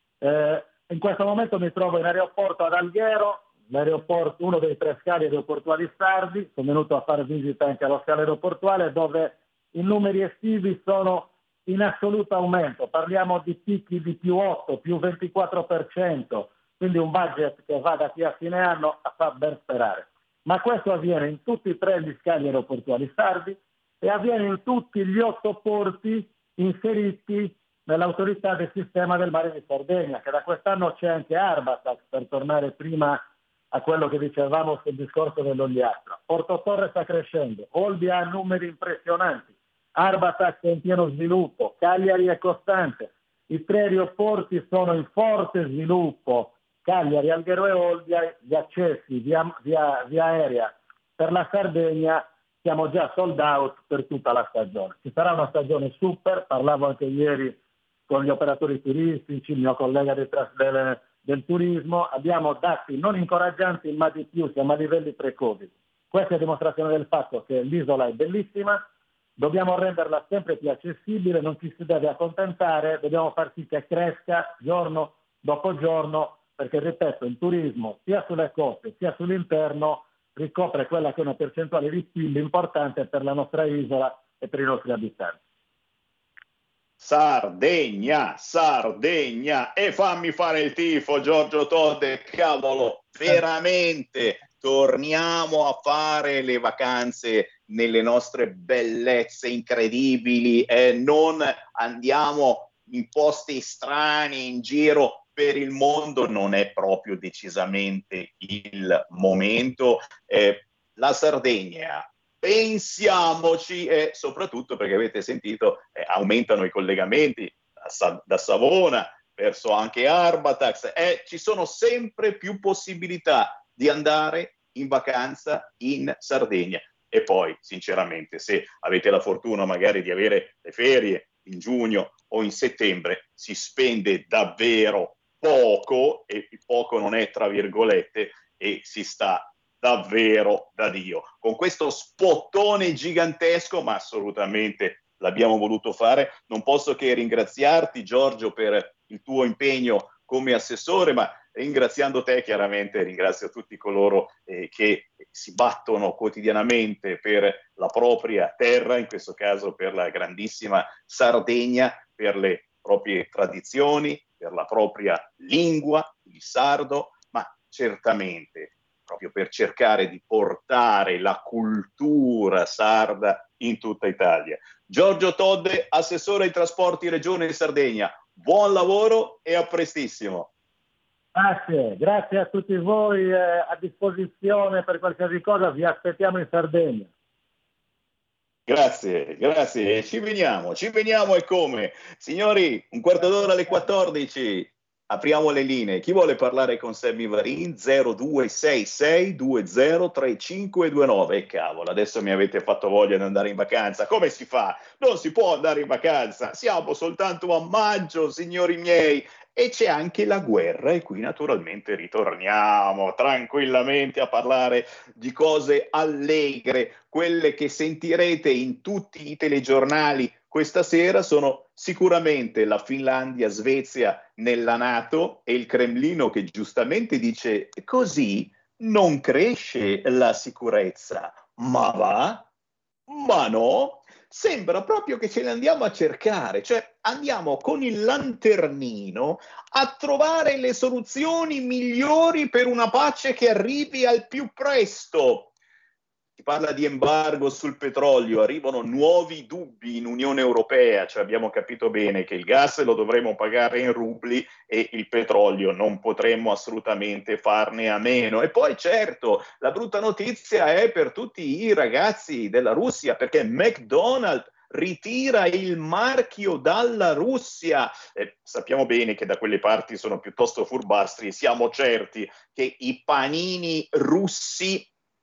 Eh, in questo momento mi trovo in aeroporto ad Alghero, l'aeroporto, uno dei tre scali aeroportuali sardi, sono venuto a fare visita anche allo scalo aeroportuale dove i numeri estivi sono in assoluto aumento, parliamo di picchi di più otto, più ventiquattro per cento, quindi un budget che va da qui a fine anno a far ben sperare. Ma questo avviene in tutti e tre gli scali aeroportuali sardi e avviene in tutti gli otto porti inseriti nell'autorità del sistema del mare di Sardegna, che da quest'anno c'è anche Arbatax, per tornare prima a quello che dicevamo sul discorso dell'Ogliastra. Porto Torre sta crescendo, Olbia ha numeri impressionanti, Arbatax è in pieno sviluppo, Cagliari è costante, i tre aeroporti sono in forte sviluppo, Cagliari, Alghero e Olbia, gli accessi via, via, via aerea per la Sardegna siamo già sold out per tutta la stagione. Ci sarà una stagione super, parlavo anche ieri con gli operatori turistici, il mio collega del, del, del turismo, abbiamo dati non incoraggianti ma di più, siamo a livelli pre-Covid. Questa è dimostrazione del fatto che l'isola è bellissima, dobbiamo renderla sempre più accessibile, non ci si deve accontentare, dobbiamo far sì che cresca giorno dopo giorno perché ripeto, il turismo sia sulle coste sia sull'interno ricopre quella che è una percentuale di PIL importante per la nostra isola e per i nostri abitanti. Sardegna, Sardegna, e fammi fare il tifo, Giorgio Todde, cavolo, veramente torniamo a fare le vacanze nelle nostre bellezze incredibili e non andiamo in posti strani in giro per il mondo. Non è proprio decisamente il momento. Eh, la Sardegna, pensiamoci, e soprattutto perché avete sentito eh, aumentano i collegamenti da, Sa- da Savona verso anche Arbatax, e ci sono sempre più possibilità di andare in vacanza in Sardegna. E poi sinceramente, se avete la fortuna magari di avere le ferie in giugno o in settembre, si spende davvero poco, e il poco non è tra virgolette, e si sta davvero da Dio. Con questo spottone gigantesco, ma assolutamente l'abbiamo voluto fare, non posso che ringraziarti, Giorgio, per il tuo impegno come assessore, ma ringraziando te chiaramente ringrazio tutti coloro eh, che si battono quotidianamente per la propria terra, in questo caso per la grandissima Sardegna, per le proprie tradizioni, per la propria lingua, il sardo, ma certamente proprio per cercare di portare la cultura sarda in tutta Italia. Giorgio Todde, assessore ai trasporti Regione Sardegna, buon lavoro e a prestissimo. Grazie, grazie a tutti voi, eh, a disposizione per qualsiasi cosa, vi aspettiamo in Sardegna. Grazie, grazie, ci veniamo, ci veniamo e come. Signori, un quarto d'ora alle quattordici, apriamo le linee. Chi vuole parlare con Sammy Varin? zero due sei sei due zero tre cinque due nove. E cavolo, adesso mi avete fatto voglia di andare in vacanza. Come si fa? Non si può andare in vacanza, siamo soltanto a maggio, signori miei. E c'è anche la guerra, e qui naturalmente ritorniamo tranquillamente a parlare di cose allegre. Quelle che sentirete in tutti i telegiornali questa sera sono sicuramente la Finlandia-Svezia nella NATO e il Cremlino che giustamente dice: così non cresce la sicurezza. Ma va? Ma no? Sembra proprio che ce le andiamo a cercare, cioè andiamo con il lanternino a trovare le soluzioni migliori per una pace che arrivi al più presto. Si parla di embargo sul petrolio, arrivano nuovi dubbi in Unione Europea, cioè abbiamo capito bene che il gas lo dovremo pagare in rubli e il petrolio non potremmo assolutamente farne a meno. E poi certo, la brutta notizia è per tutti i ragazzi della Russia, perché McDonald's ritira il marchio dalla Russia. Eh, sappiamo bene che da quelle parti sono piuttosto furbastri, siamo certi che i panini russi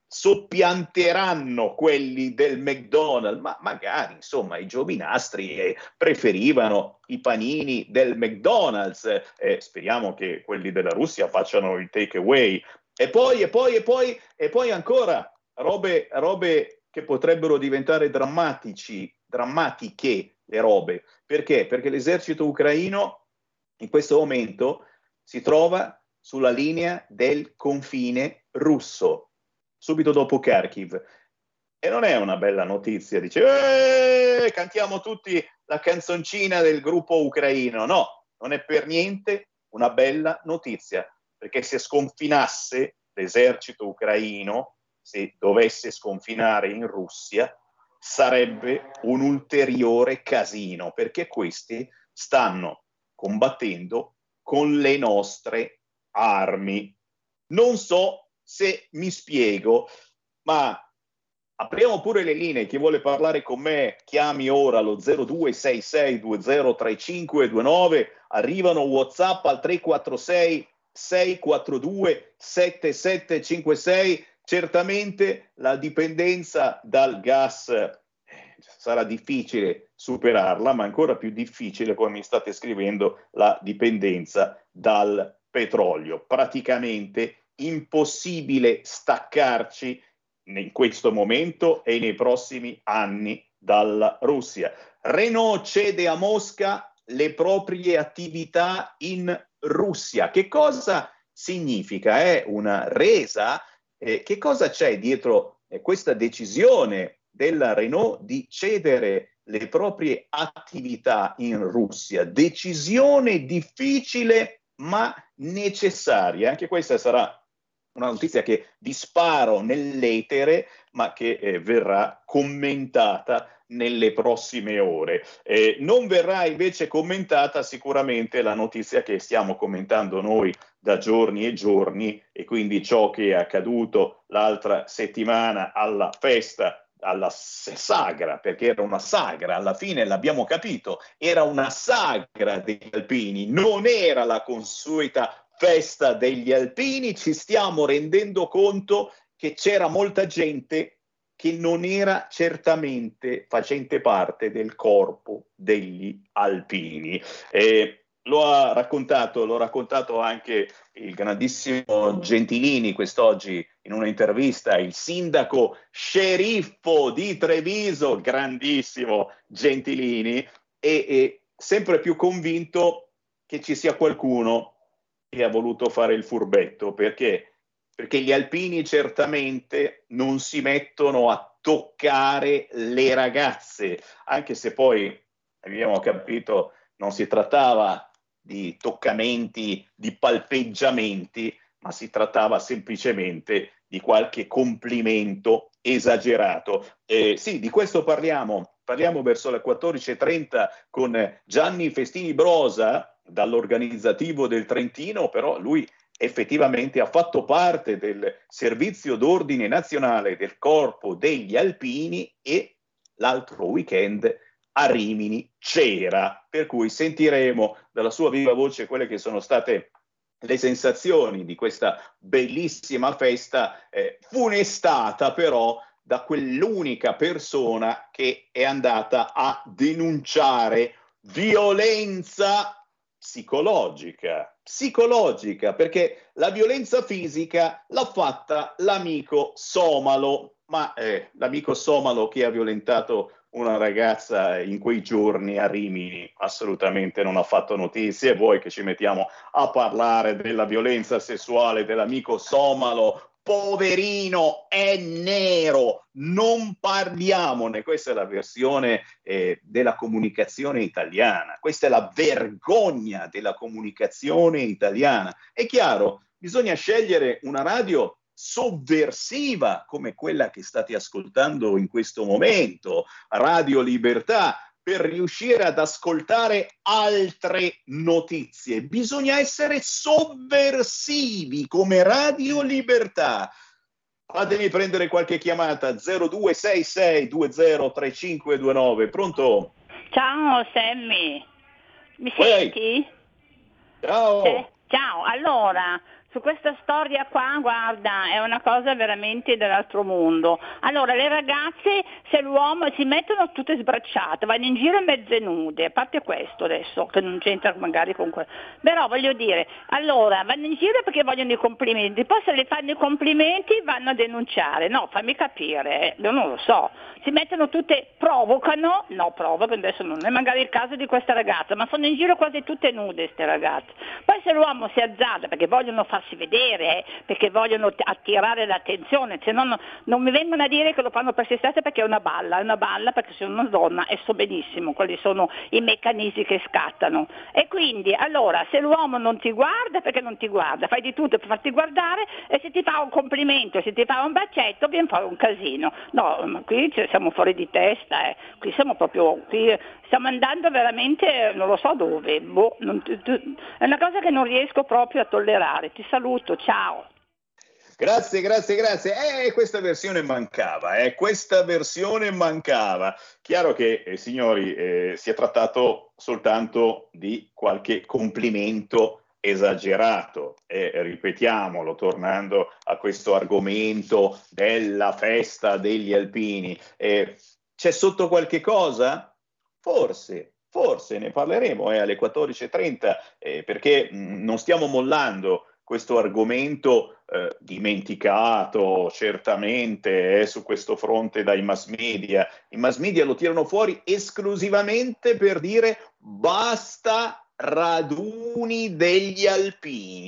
soppianteranno quelli del McDonald's, ma magari insomma i giovinastri eh, preferivano i panini del McDonald's, eh, speriamo che quelli della Russia facciano il take away. E poi e poi e poi e poi ancora robe, robe che potrebbero diventare drammatici, drammatiche le robe. Perché? Perché l'esercito ucraino in questo momento si trova sulla linea del confine russo, subito dopo Kharkiv. E non è una bella notizia, dice, eh, cantiamo tutti la canzoncina del gruppo ucraino. No, non è per niente una bella notizia, perché se sconfinasse l'esercito ucraino, se dovesse sconfinare in Russia, sarebbe un ulteriore casino, perché questi stanno combattendo con le nostre armi. Non so se mi spiego, ma apriamo pure le linee. Chi vuole parlare con me chiami ora allo zero due sei sei due zero tre cinque due nove, arrivano WhatsApp al tre quattro sei sei quattro due sette sette cinque sei. Certamente la dipendenza dal gas eh, sarà difficile superarla, ma ancora più difficile, come mi state scrivendo, la dipendenza dal petrolio. Praticamente impossibile staccarci in questo momento e nei prossimi anni dalla Russia. Renault cede a Mosca le proprie attività in Russia. Che cosa significa? È una resa? Eh, che cosa c'è dietro eh, questa decisione della Renault di cedere le proprie attività in Russia? Decisione difficile ma necessaria. Anche questa sarà una notizia che disparo nell'etere, ma che eh, verrà commentata nelle prossime ore. Eh, non verrà invece commentata sicuramente la notizia che stiamo commentando noi da giorni e giorni, e quindi ciò che è accaduto l'altra settimana alla festa, alla sagra, perché era una sagra, alla fine l'abbiamo capito, era una sagra degli alpini, non era la consueta festa degli alpini. Ci stiamo rendendo conto che c'era molta gente che non era certamente facente parte del corpo degli alpini. Eh, lo ha raccontato, l'ho raccontato anche il grandissimo Gentilini quest'oggi in una intervista, il sindaco sceriffo di Treviso, grandissimo Gentilini, e, e sempre più convinto che ci sia qualcuno che ha voluto fare il furbetto. Perché? Perché gli alpini certamente non si mettono a toccare le ragazze, anche se poi abbiamo capito non si trattava di toccamenti, di palpeggiamenti, ma si trattava semplicemente di qualche complimento esagerato. Eh, sì, di questo parliamo, parliamo verso le quattordici e trenta con Gianni Festini Brosa, dall'organizzativo del Trentino, però lui effettivamente ha fatto parte del servizio d'ordine nazionale del Corpo degli Alpini e l'altro weekend a Rimini c'era, per cui sentiremo dalla sua viva voce quelle che sono state le sensazioni di questa bellissima festa, eh, funestata però da quell'unica persona che è andata a denunciare violenza psicologica, psicologica, perché la violenza fisica l'ha fatta l'amico somalo, ma eh, l'amico somalo che ha violentato una ragazza in quei giorni a Rimini assolutamente non ha fatto notizie. Vuoi che ci mettiamo a parlare della violenza sessuale dell'amico somalo? Poverino, è nero, non parliamone. Questa è la versione eh, della comunicazione italiana, questa è la vergogna della comunicazione italiana. È chiaro, bisogna scegliere una radio sovversiva come quella che state ascoltando in questo momento, Radio Libertà, per riuscire ad ascoltare altre notizie. Bisogna essere sovversivi come Radio Libertà. Fatemi prendere qualche chiamata. Zero due sei sei due zero tre cinque due nove. Pronto? Ciao Sammy, mi Ehi. senti? Ciao. Eh, ciao, allora, su questa storia qua, guarda, è una cosa veramente dell'altro mondo. Allora, le ragazze, se l'uomo si mettono tutte sbracciate, vanno in giro mezze nude, a parte questo adesso, che non c'entra magari con quello. Però voglio dire, allora, vanno in giro perché vogliono i complimenti, poi se le fanno i complimenti vanno a denunciare. No, fammi capire, eh, io non lo so. Si mettono tutte, provocano, no, provocano, adesso non è magari il caso di questa ragazza, ma sono in giro quasi tutte nude queste ragazze. Poi se l'uomo si azzarda perché vogliono farsi vedere, eh, perché vogliono attirare l'attenzione, se no non, non mi vengono a dire che lo fanno per se stesse perché è una balla, è una balla perché sono una donna e so benissimo quali sono i meccanismi che scattano. E quindi, allora, se l'uomo non ti guarda, perché non ti guarda? Fai di tutto per farti guardare e se ti fa un complimento, se ti fa un bacetto, viene fuori un casino. No, ma qui siamo fuori di testa, eh. Qui siamo proprio, qui stiamo andando veramente, non lo so dove, boh, non, tu, tu, è una cosa che non riesco proprio a tollerare. Ti saluto, ciao. Grazie, grazie, grazie. Eh, questa versione mancava, eh, questa versione mancava. Chiaro che, eh, signori, eh, si è trattato soltanto di qualche complimento esagerato. E ripetiamolo, tornando a questo argomento della festa degli alpini, eh, c'è sotto qualche cosa? Forse. Forse ne parleremo eh, alle quattordici e trenta, eh, perché mh, non stiamo mollando questo argomento eh, dimenticato certamente eh, su questo fronte dai mass media. I mass media lo tirano fuori esclusivamente per dire basta raduni degli alpini,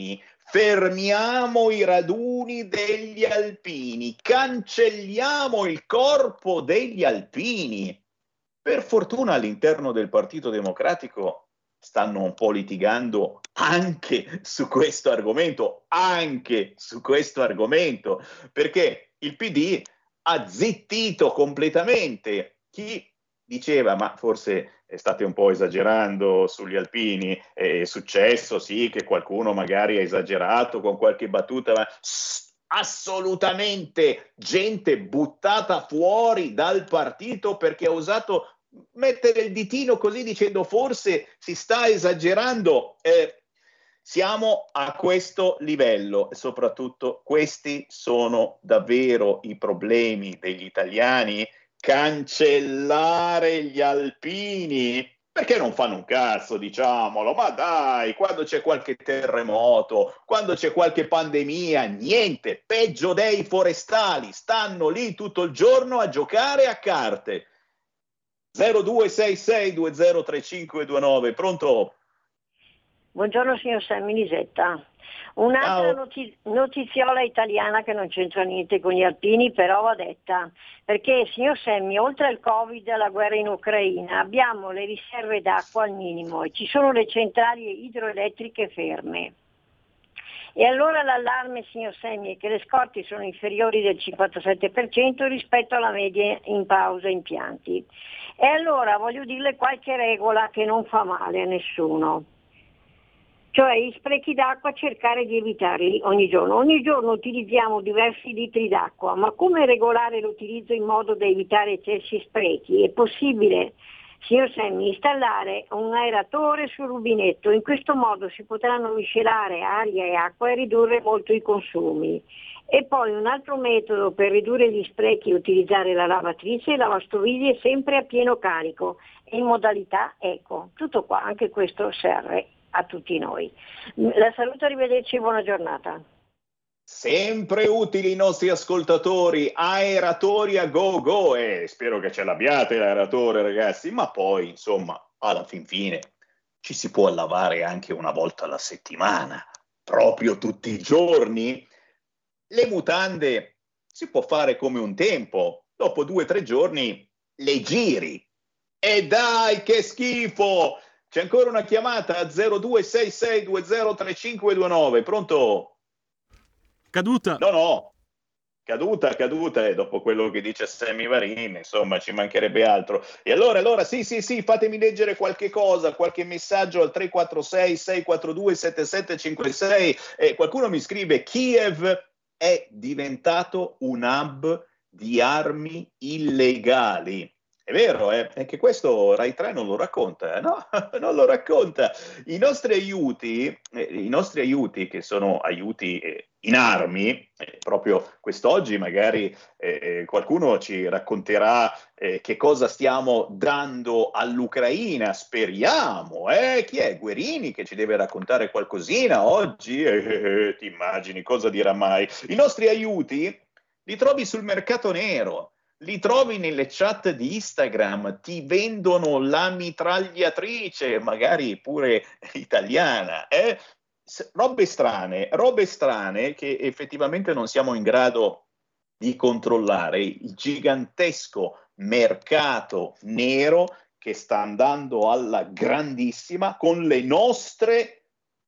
fermiamo i raduni degli alpini, cancelliamo il corpo degli alpini. Per fortuna all'interno del Partito Democratico stanno un po' litigando anche su questo argomento, anche su questo argomento, perché il P D ha zittito completamente chi diceva ma forse state un po' esagerando sugli alpini, è successo sì che qualcuno magari ha esagerato con qualche battuta, ma assolutamente gente buttata fuori dal partito perché ha osato mettere il ditino così dicendo forse si sta esagerando. Eh, siamo a questo livello e soprattutto questi sono davvero i problemi degli italiani. Cancellare gli alpini perché non fanno un cazzo, diciamolo, ma dai, quando c'è qualche terremoto, quando c'è qualche pandemia, niente, peggio dei forestali, stanno lì tutto il giorno a giocare a carte. zero due sei sei due zero tre cinque due nove, pronto? Buongiorno signor Sammy Lisetta. Un'altra notiz- notiziola italiana che non c'entra niente con gli alpini, però va detta, perché signor Sammy, oltre al Covid e alla guerra in Ucraina, abbiamo le riserve d'acqua al minimo e ci sono le centrali idroelettriche ferme. E allora l'allarme, signor Sammy, è che le scorte sono inferiori del cinquantasette per cento rispetto alla media in pausa impianti. E allora voglio dirle qualche regola che non fa male a nessuno. Cioè gli sprechi d'acqua cercare di evitarli ogni giorno. Ogni giorno utilizziamo diversi litri d'acqua, ma come regolare l'utilizzo in modo da evitare eccessi sprechi? È possibile, signor Sammy, installare un aeratore sul rubinetto. In questo modo si potranno miscelare aria e acqua e ridurre molto i consumi. E poi un altro metodo per ridurre gli sprechi è utilizzare la lavatrice e la lavastoviglie sempre a pieno carico e in modalità eco. Tutto qua, anche questo serve a tutti noi. La saluto, arrivederci e buona giornata. Sempre utili i nostri ascoltatori, aeratori a go go, e spero che ce l'abbiate l'aeratore ragazzi, ma poi insomma alla fin fine ci si può lavare anche una volta alla settimana, proprio tutti i giorni. Le mutande si può fare come un tempo, dopo due o tre giorni le giri. E dai che schifo! C'è ancora una chiamata a zero due sei sei due zero tre cinque due nove, pronto? Caduta. No, no, caduta, caduta, e dopo quello che dice Sammy Varin, insomma, ci mancherebbe altro. E allora, allora, sì, sì, sì, fatemi leggere qualche cosa, qualche messaggio al tre quattro sei sei quattro due sette sette cinque sei. Eh, qualcuno mi scrive, Kiev è diventato un hub di armi illegali. È vero, eh? È che questo Rai tre non lo racconta, eh? No, non lo racconta. I nostri aiuti, eh, i nostri aiuti che sono aiuti eh, in armi, eh, proprio quest'oggi magari eh, qualcuno ci racconterà eh, che cosa stiamo dando all'Ucraina, speriamo, eh? Chi è? Guerini che ci deve raccontare qualcosina oggi? Eh, ti immagini cosa dirà mai? I nostri aiuti li trovi sul mercato nero. Li trovi nelle chat di Instagram, ti vendono la mitragliatrice, magari pure italiana, eh? robe strane, robe strane che effettivamente non siamo in grado di controllare. Il gigantesco mercato nero che sta andando alla grandissima con le nostre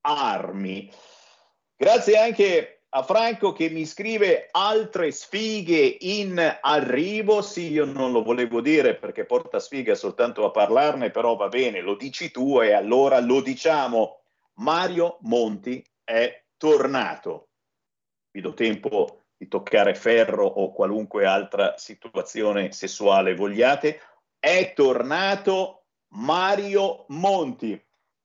armi. Grazie anche a Franco che mi scrive altre sfighe in arrivo. Sì, io non lo volevo dire perché porta sfiga soltanto a parlarne, però va bene, lo dici tu e allora lo diciamo. Mario Monti è tornato. Vi do tempo di toccare ferro o qualunque altra situazione sessuale vogliate. È tornato Mario Monti.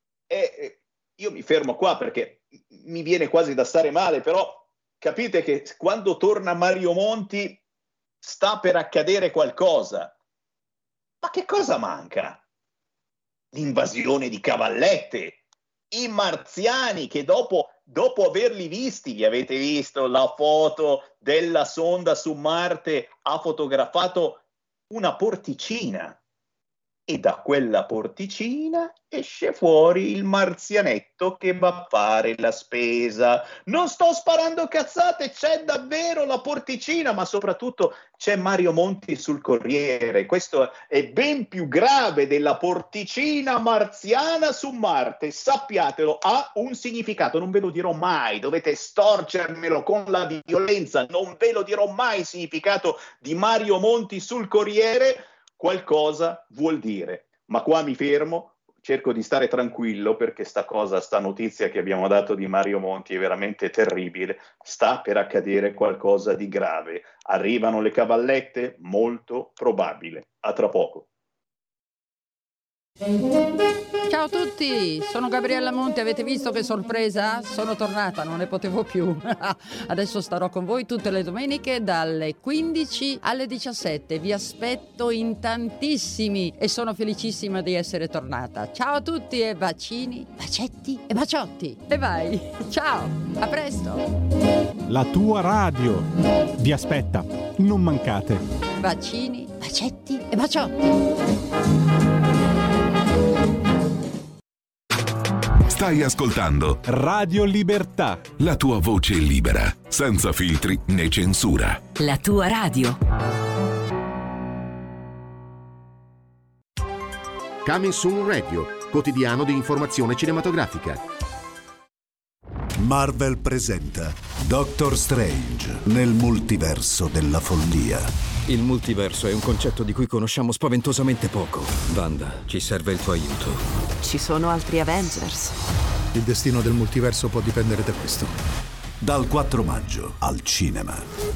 E io mi fermo qua perché mi viene quasi da stare male, però capite che quando torna Mario Monti sta per accadere qualcosa. Ma che cosa manca? L'invasione di cavallette, i marziani che dopo, dopo averli visti, li avete visto la foto della sonda su Marte, ha fotografato una porticina. e da quella porticina esce fuori il marzianetto che va a fare la spesa. Non sto sparando cazzate, c'è davvero la porticina, ma soprattutto c'è Mario Monti sul Corriere. Questo è ben più grave della porticina marziana su Marte, sappiatelo, ha un significato, non ve lo dirò mai, dovete storcermelo con la violenza, non ve lo dirò mai il significato di Mario Monti sul Corriere. Qualcosa vuol dire, ma qua mi fermo, cerco di stare tranquillo perché sta cosa, sta notizia che abbiamo dato di Mario Monti è veramente terribile, sta per accadere qualcosa di grave, arrivano le cavallette? Molto probabile, a tra poco. Ciao a tutti, sono Gabriella Monti, avete visto che sorpresa? Sono tornata, non ne potevo più. Adesso starò con voi tutte le domeniche dalle quindici alle diciassette, vi aspetto in tantissimi e sono felicissima di essere tornata. Ciao a tutti e bacini, bacetti e baciotti. E vai, ciao, a presto. La tua radio vi aspetta, non mancate. Bacini, bacetti e baciotti. Stai ascoltando Radio Libertà, la tua voce libera, senza filtri né censura. La tua radio. Coming Soon Radio, quotidiano di informazione cinematografica. Marvel presenta Doctor Strange nel multiverso della follia. Il multiverso è un concetto di cui conosciamo spaventosamente poco. Wanda, ci serve il tuo aiuto. Ci sono altri Avengers. Il destino del multiverso può dipendere da questo. Dal quattro maggio al cinema.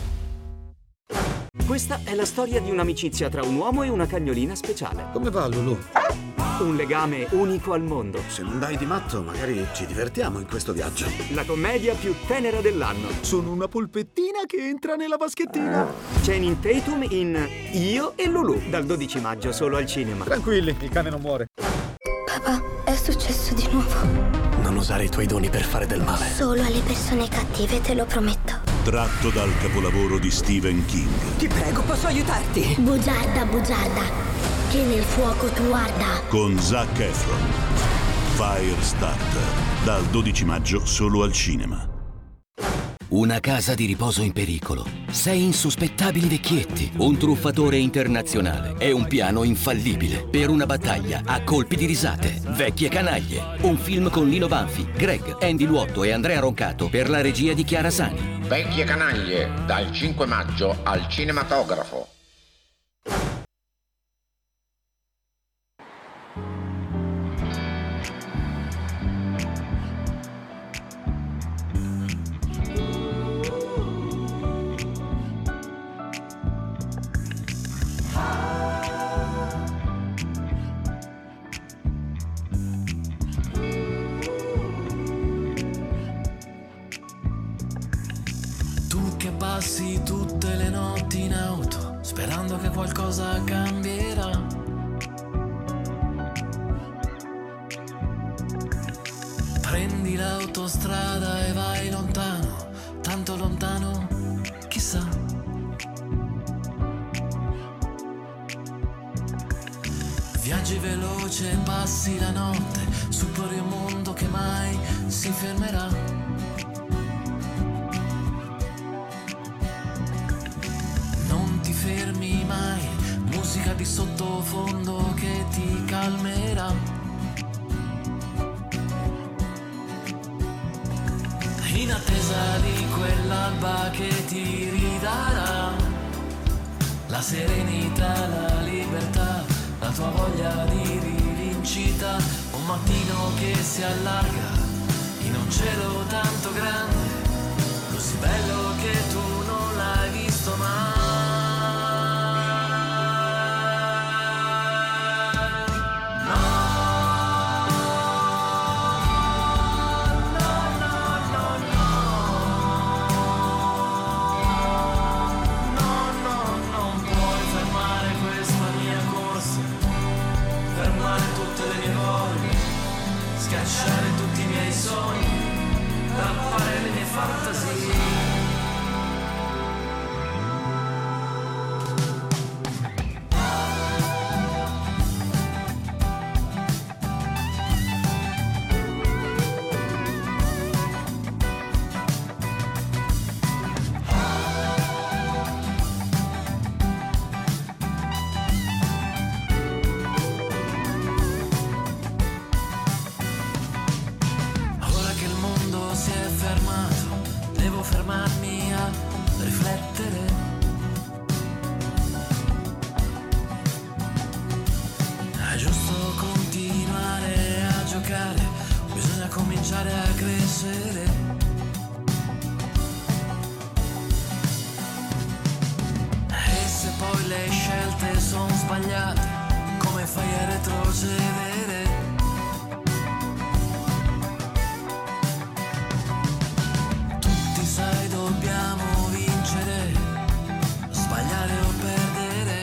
Questa è la storia di un'amicizia tra un uomo e una cagnolina speciale. Come va, Lulu? Un legame unico al mondo. Se non dai di matto, magari ci divertiamo in questo viaggio. La commedia più tenera dell'anno. Sono una polpettina che entra nella vaschettina. Channing Tatum in Io e Lulu, dal dodici maggio solo al cinema. Tranquilli, il cane non muore. Papà, è successo di nuovo. Non usare i tuoi doni per fare del male. Solo alle persone cattive, te lo prometto. Tratto dal capolavoro di Stephen King. Ti prego, posso aiutarti? Bugiarda, bugiarda, che nel fuoco tu arda. Con Zac Efron. Firestarter. Dal dodici maggio solo al cinema. Una casa di riposo in pericolo. Sei insospettabili vecchietti. Un truffatore internazionale. E un piano infallibile. Per una battaglia a colpi di risate. Vecchie canaglie. Un film con Lino Banfi, Greg, Andy Luotto e Andrea Roncato per la regia di Chiara Sani. Vecchie canaglie, dal cinque maggio al cinematografo. Passi tutte le notti in auto sperando che qualcosa cambierà. Prendi l'autostrada e vai lontano, tanto lontano, chissà. Viaggi veloce e passi la notte, superi un mondo che mai si fermerà. Fermi mai, musica di sottofondo che ti calmerà. In attesa di quell'alba che ti ridarà la serenità, la libertà, la tua voglia di rivincita. Un mattino che si allarga in un cielo tanto grande, così bello che tu non l'hai visto mai. Schiacciare tutti i miei sogni, tappare le mie fantasie. giocare, bisogna cominciare a crescere. E se poi le scelte sono sbagliate, come fai a retrocedere? Tutti sai dobbiamo vincere, sbagliare o perdere.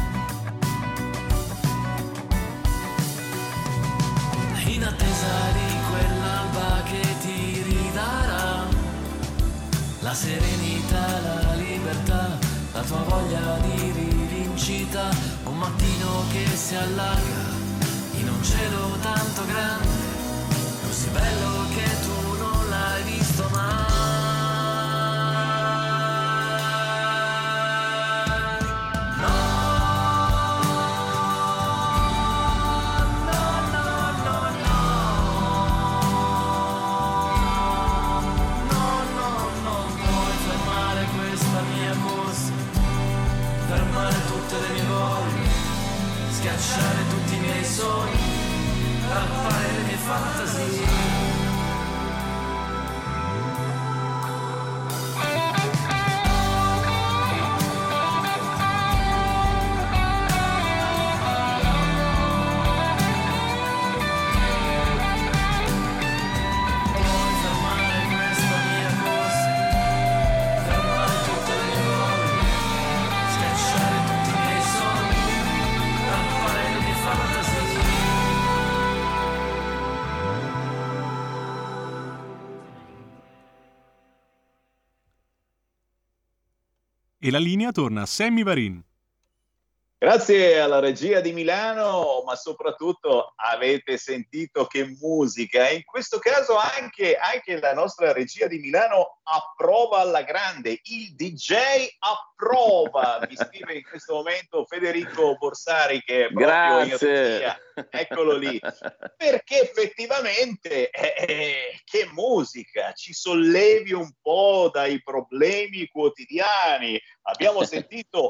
In attesa di quell'alba che ti ridarà la serenità, la libertà, la tua voglia di rivincita, un mattino che si allarga in un cielo tanto grande, così bello che tu non l'hai visto mai. Schiacciare tutti i miei sogni, rappare le mie fantasie. E la linea torna a Sammy Varin. Grazie alla regia di Milano, ma soprattutto avete sentito che musica. In questo caso anche, anche la nostra regia di Milano approva alla grande. Il D J approva, mi scrive in questo momento Federico Borsari, che è proprio Grazie. in regia. Eccolo lì. Perché effettivamente eh, che musica, ci sollevi un po' dai problemi quotidiani. Abbiamo sentito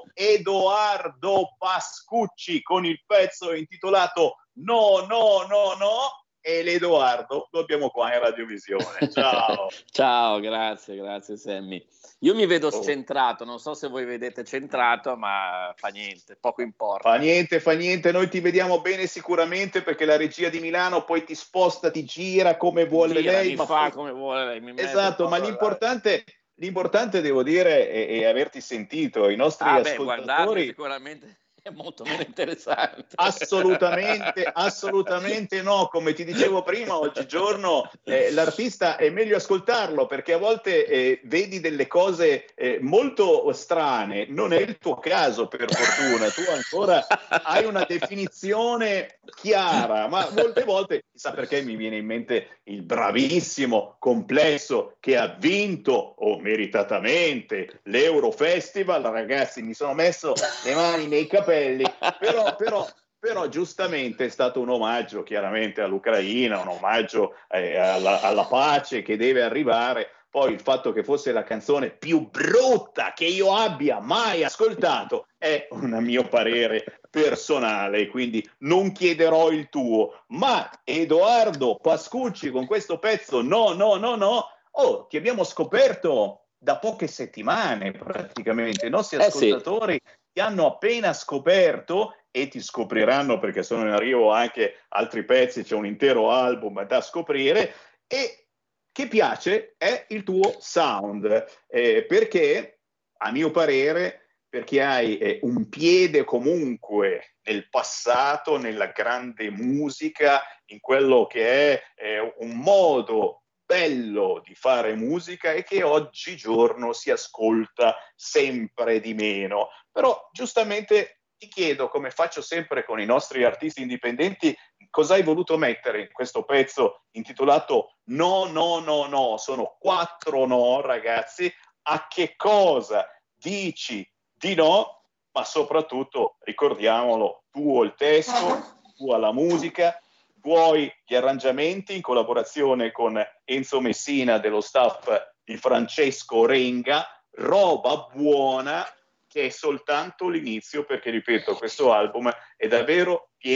Edoardo Pascucci con il pezzo intitolato No, no, no, no, e l'Edoardo lo abbiamo qua in Radiovisione. Ciao. Ciao, grazie, grazie Sammy. Io mi vedo Oh. centrato, non so se voi vedete centrato, ma fa niente, poco importa. Fa niente, fa niente, noi ti vediamo bene sicuramente perché la regia di Milano poi ti sposta, ti gira come vuole Gira, lei. mi ma fa poi- come vuole lei. Mi mette Esatto, un po' ma là. l'importante, l'importante devo dire è, è averti sentito, i nostri Ah beh, guardate, ascoltatori. sicuramente è molto meno interessante. Assolutamente, assolutamente no. Come ti dicevo prima, oggigiorno eh, l'artista è meglio ascoltarlo perché a volte eh, vedi delle cose eh, molto strane. Non è il tuo caso, per fortuna. Tu ancora hai una definizione chiara, ma molte volte, chissà perché mi viene in mente il bravissimo Complesso che ha vinto, o meritatamente, l'Eurofestival. Ragazzi, mi sono messo le mani nei capelli. Però, però, però giustamente è stato un omaggio chiaramente all'Ucraina, un omaggio eh, alla, alla pace che deve arrivare. Poi il fatto che fosse la canzone più brutta che io abbia mai ascoltato è un mio parere personale, quindi non chiederò il tuo. Ma Edoardo Pascucci con questo pezzo No, no, no, no, oh, ti abbiamo scoperto da poche settimane praticamente. I nostri Eh sì. ascoltatori ti hanno appena scoperto e ti scopriranno perché sono in arrivo anche altri pezzi, c'è un intero album da scoprire. E che piace è il tuo sound, eh, perché a mio parere, perché hai eh, un piede comunque nel passato, nella grande musica, in quello che è eh, un modo bello di fare musica e che oggigiorno si ascolta sempre di meno. Però giustamente ti chiedo, come faccio sempre con i nostri artisti indipendenti, cosa hai voluto mettere in questo pezzo intitolato No, no, no, no? Sono quattro no, ragazzi. A che cosa dici di no? Ma soprattutto, ricordiamolo, tuo il testo, tua la musica, tuoi gli arrangiamenti in collaborazione con Enzo Messina dello staff di Francesco Renga, roba buona che è soltanto l'inizio, perché ripeto, questo album è davvero pieno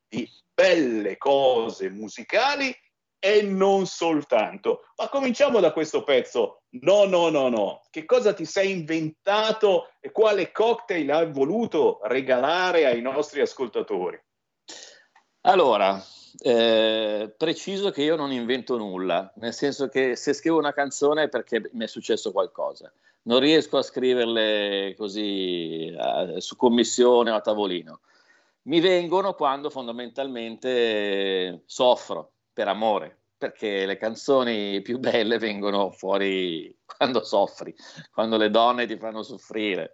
di belle cose musicali e non soltanto. Ma cominciamo da questo pezzo. No, no, no, no. Che cosa ti sei inventato e quale cocktail hai voluto regalare ai nostri ascoltatori? Allora, eh, preciso che io non invento nulla, nel senso che se scrivo una canzone è perché mi è successo qualcosa. Non riesco a scriverle così eh, su commissione o a tavolino. Mi vengono quando fondamentalmente soffro per amore, perché le canzoni più belle vengono fuori quando soffri, quando le donne ti fanno soffrire.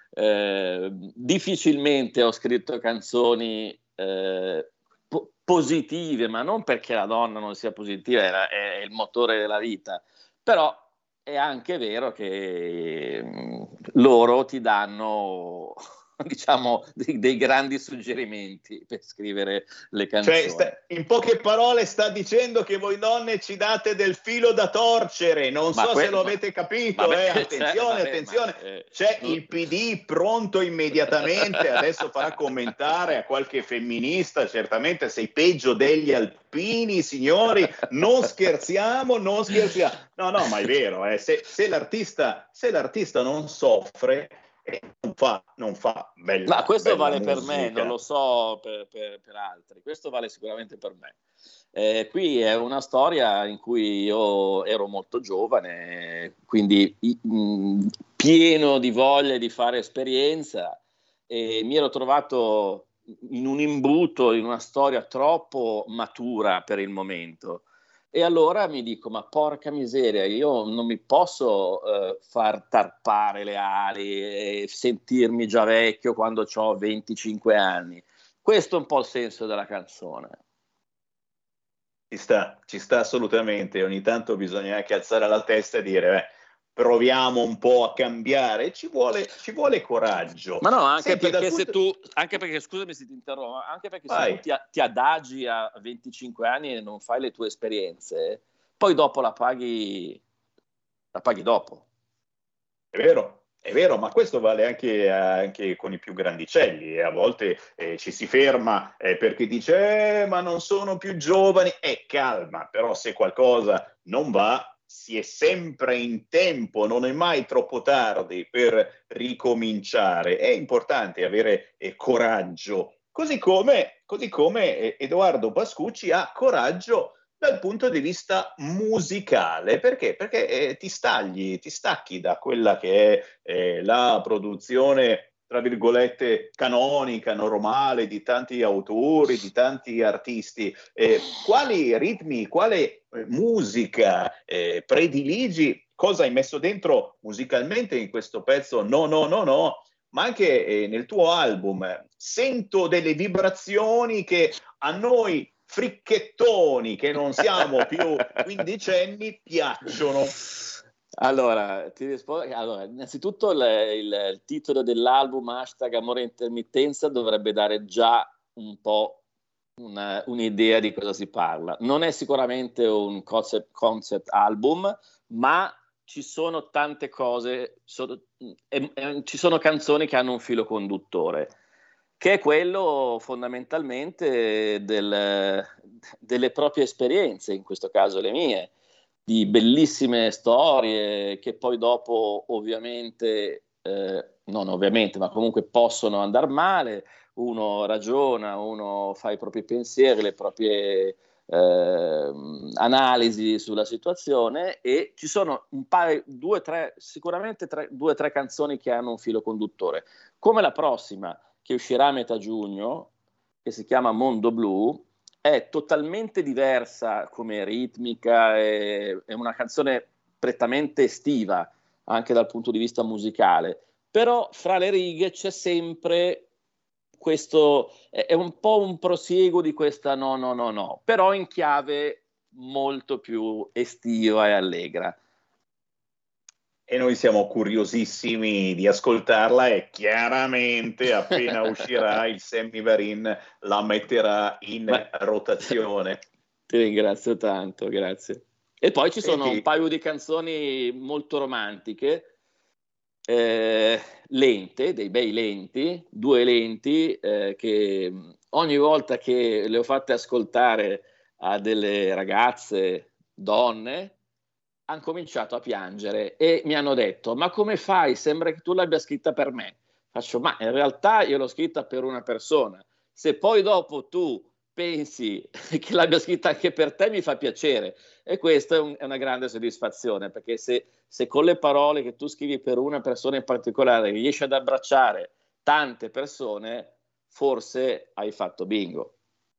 Eh, difficilmente ho scritto canzoni eh, po- positive, ma non perché la donna non sia positiva, è, la, è il motore della vita, però è anche vero che mh, loro ti danno diciamo dei, dei grandi suggerimenti per scrivere le canzoni. Cioè, sta, in poche parole sta dicendo che voi donne ci date del filo da torcere, non ma so que- se lo avete capito, vabbè, eh. attenzione, cioè, vabbè, attenzione, ma, eh, c'è no. il P D pronto immediatamente, adesso farà commentare a qualche femminista, certamente sei peggio degli alpini, signori, non scherziamo, non scherziamo, no no ma è vero, eh. se, se, l'artista, se l'artista non soffre, Non fa, non fa bella, ma questo bella vale musica. Per me, non lo so per, per, per altri, questo vale sicuramente per me. Eh, qui è una storia in cui io ero molto giovane, quindi mh, pieno di voglia di fare esperienza, e mi ero trovato in un imbuto, in una storia troppo matura per il momento. E allora mi dico, ma porca miseria, io non mi posso eh, far tarpare le ali e sentirmi già vecchio quando ho venticinque anni. Questo è un po' il senso della canzone. Ci sta, ci sta assolutamente. Ogni tanto bisogna anche alzare la testa e dire, beh, proviamo un po' a cambiare, ci vuole, ci vuole coraggio. Ma no, anche Senti, perché se punto... tu, anche perché, scusami se ti interrompo, anche perché Vai. se tu ti, ti adagi a venticinque anni e non fai le tue esperienze, poi dopo la paghi, la paghi dopo. È vero, è vero, ma questo vale anche, anche con i più grandicelli, e a volte eh, ci si ferma eh, perché dice, eh, ma non sono più giovani, e eh, calma, però se qualcosa non va, si è sempre in tempo, non è mai troppo tardi per ricominciare. È importante avere eh, coraggio, così come, così come eh, Edoardo Pascucci ha coraggio dal punto di vista musicale. Perché? Perché eh, ti stagli, ti stacchi da quella che è eh, la produzione, tra virgolette, canonica, normale di tanti autori, di tanti artisti. Eh, quali ritmi, quale eh, musica eh, prediligi? Cosa hai messo dentro musicalmente in questo pezzo? No, no, no, no, ma anche eh, nel tuo album. Sento delle vibrazioni che a noi fricchettoni, che non siamo più quindicenni, piacciono. Allora, ti rispondo. Allora, innanzitutto il, il, il titolo dell'album, hashtag Amore e Intermittenza, dovrebbe dare già un po' una, un'idea di cosa si parla. Non è sicuramente un concept, concept album, ma ci sono tante cose, so, e, e, ci sono canzoni che hanno un filo conduttore, che è quello fondamentalmente del, delle proprie esperienze, in questo caso le mie, di bellissime storie che poi dopo ovviamente, eh, non ovviamente, ma comunque possono andare male, uno ragiona, uno fa i propri pensieri, le proprie eh, analisi sulla situazione, e ci sono un paio, due, tre, sicuramente tre, due o tre canzoni che hanno un filo conduttore, come la prossima che uscirà a metà giugno, che si chiama Mondo Blu. È totalmente diversa come ritmica, è, è una canzone prettamente estiva anche dal punto di vista musicale, però fra le righe c'è sempre questo, è, è un po' un prosieguo di questa no no no no, però in chiave molto più estiva e allegra. E noi siamo curiosissimi di ascoltarla, e chiaramente appena uscirà il Sammy Varin la metterà in Beh, rotazione. Ti ringrazio tanto, grazie. E poi ci sono Senti. un paio di canzoni molto romantiche, eh, lente, dei bei lenti, due lenti eh, che ogni volta che le ho fatte ascoltare a delle ragazze, donne, hanno cominciato a piangere e mi hanno detto: ma come fai? Sembra che tu l'abbia scritta per me. Faccio: ma in realtà io l'ho scritta per una persona. Se poi dopo tu pensi che l'abbia scritta anche per te, mi fa piacere. E questa è, un, è una grande soddisfazione, perché se, se con le parole che tu scrivi per una persona in particolare riesci ad abbracciare tante persone, forse hai fatto bingo.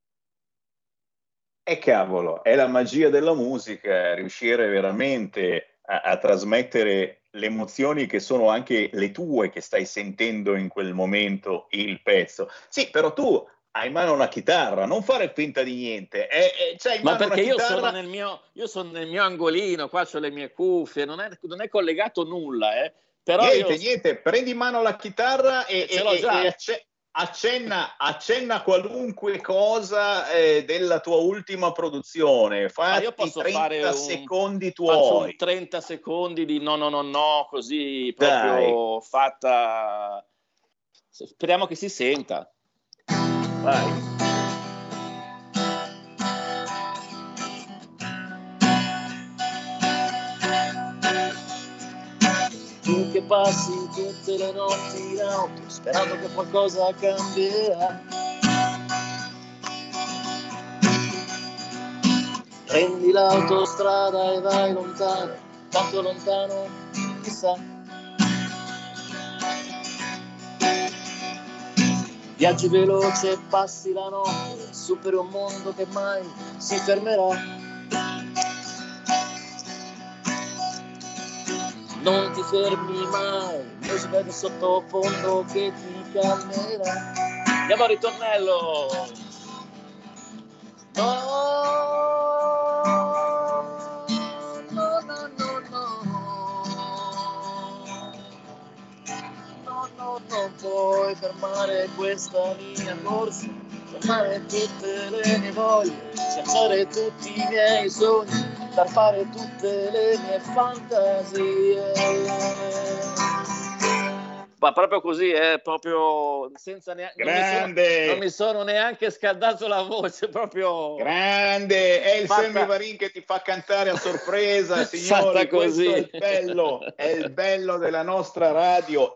E cavolo, è la magia della musica, riuscire veramente a, a trasmettere le emozioni che sono anche le tue, che stai sentendo in quel momento il pezzo. Sì, però tu hai in mano una chitarra, non fare finta di niente. È, è, c'hai in Ma mano perché una io chitarra... sono nel mio, io sono nel mio angolino, qua ho le mie cuffie, non è, non è collegato nulla, eh. Però niente, io... niente, prendi in mano la chitarra e, Ce l'ho e, già. e acce- accenna, accenna qualunque cosa eh, della tua ultima produzione. Fatti Ma io posso trenta fare un, secondi faccio un tuoi. trenta secondi di no no no no, così Dai. proprio fatta. Speriamo che si senta. Vai. Tu che passi tutte le notti in auto sperando che qualcosa cambierà, prendi l'autostrada e vai lontano, tanto lontano chissà. Viaggi veloce e passi la notte su per un mondo che mai si fermerà. Non ti fermi mai, musica di sottofondo che ti calmerà. Andiamo al ritornello. No, no, no, no, no. No, no, non puoi fermare questa mia corsa, fermare tutte le mie voglie, schiacciare tutti i miei sogni, far fare tutte le mie fantasie. Ma proprio così, eh, proprio senza neanche... Grande! Non mi, sono, non mi sono neanche scaldato la voce, proprio... Grande! È il Fatta... Sammy Varin che ti fa cantare a sorpresa, signori. Questo è il bello, è il bello della nostra radio.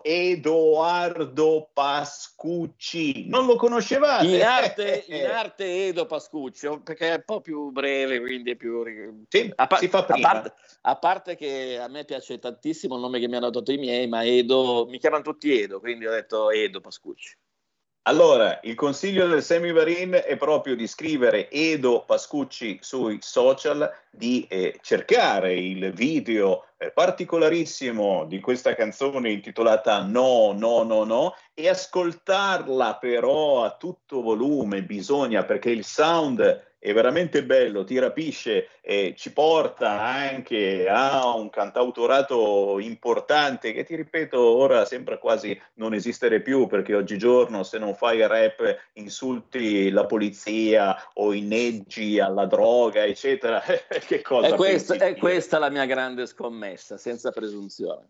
Edoardo Pascucci. Non lo conoscevate? In arte, in arte Edo Pascucci, perché è un po' più breve, quindi è più... Sì, a, par- si fa prima. A, parte, a parte che a me piace tantissimo il nome che mi hanno dato i miei, ma Edo, mi chiamano tutti Edo, quindi ho detto Edo Pascucci. Allora, il consiglio del Sammy Varin è proprio di scrivere Edo Pascucci sui social, di eh, cercare il video eh, particolarissimo di questa canzone intitolata No, no, no, no, e ascoltarla però a tutto volume, bisogna, perché il sound è veramente bello, ti rapisce e ci porta anche a un cantautorato importante che, ti ripeto, ora sembra quasi non esistere più, perché oggigiorno se non fai rap insulti la polizia o inneggi alla droga, eccetera. Che cosa è questa, pensi? è questa la mia grande scommessa, senza presunzione.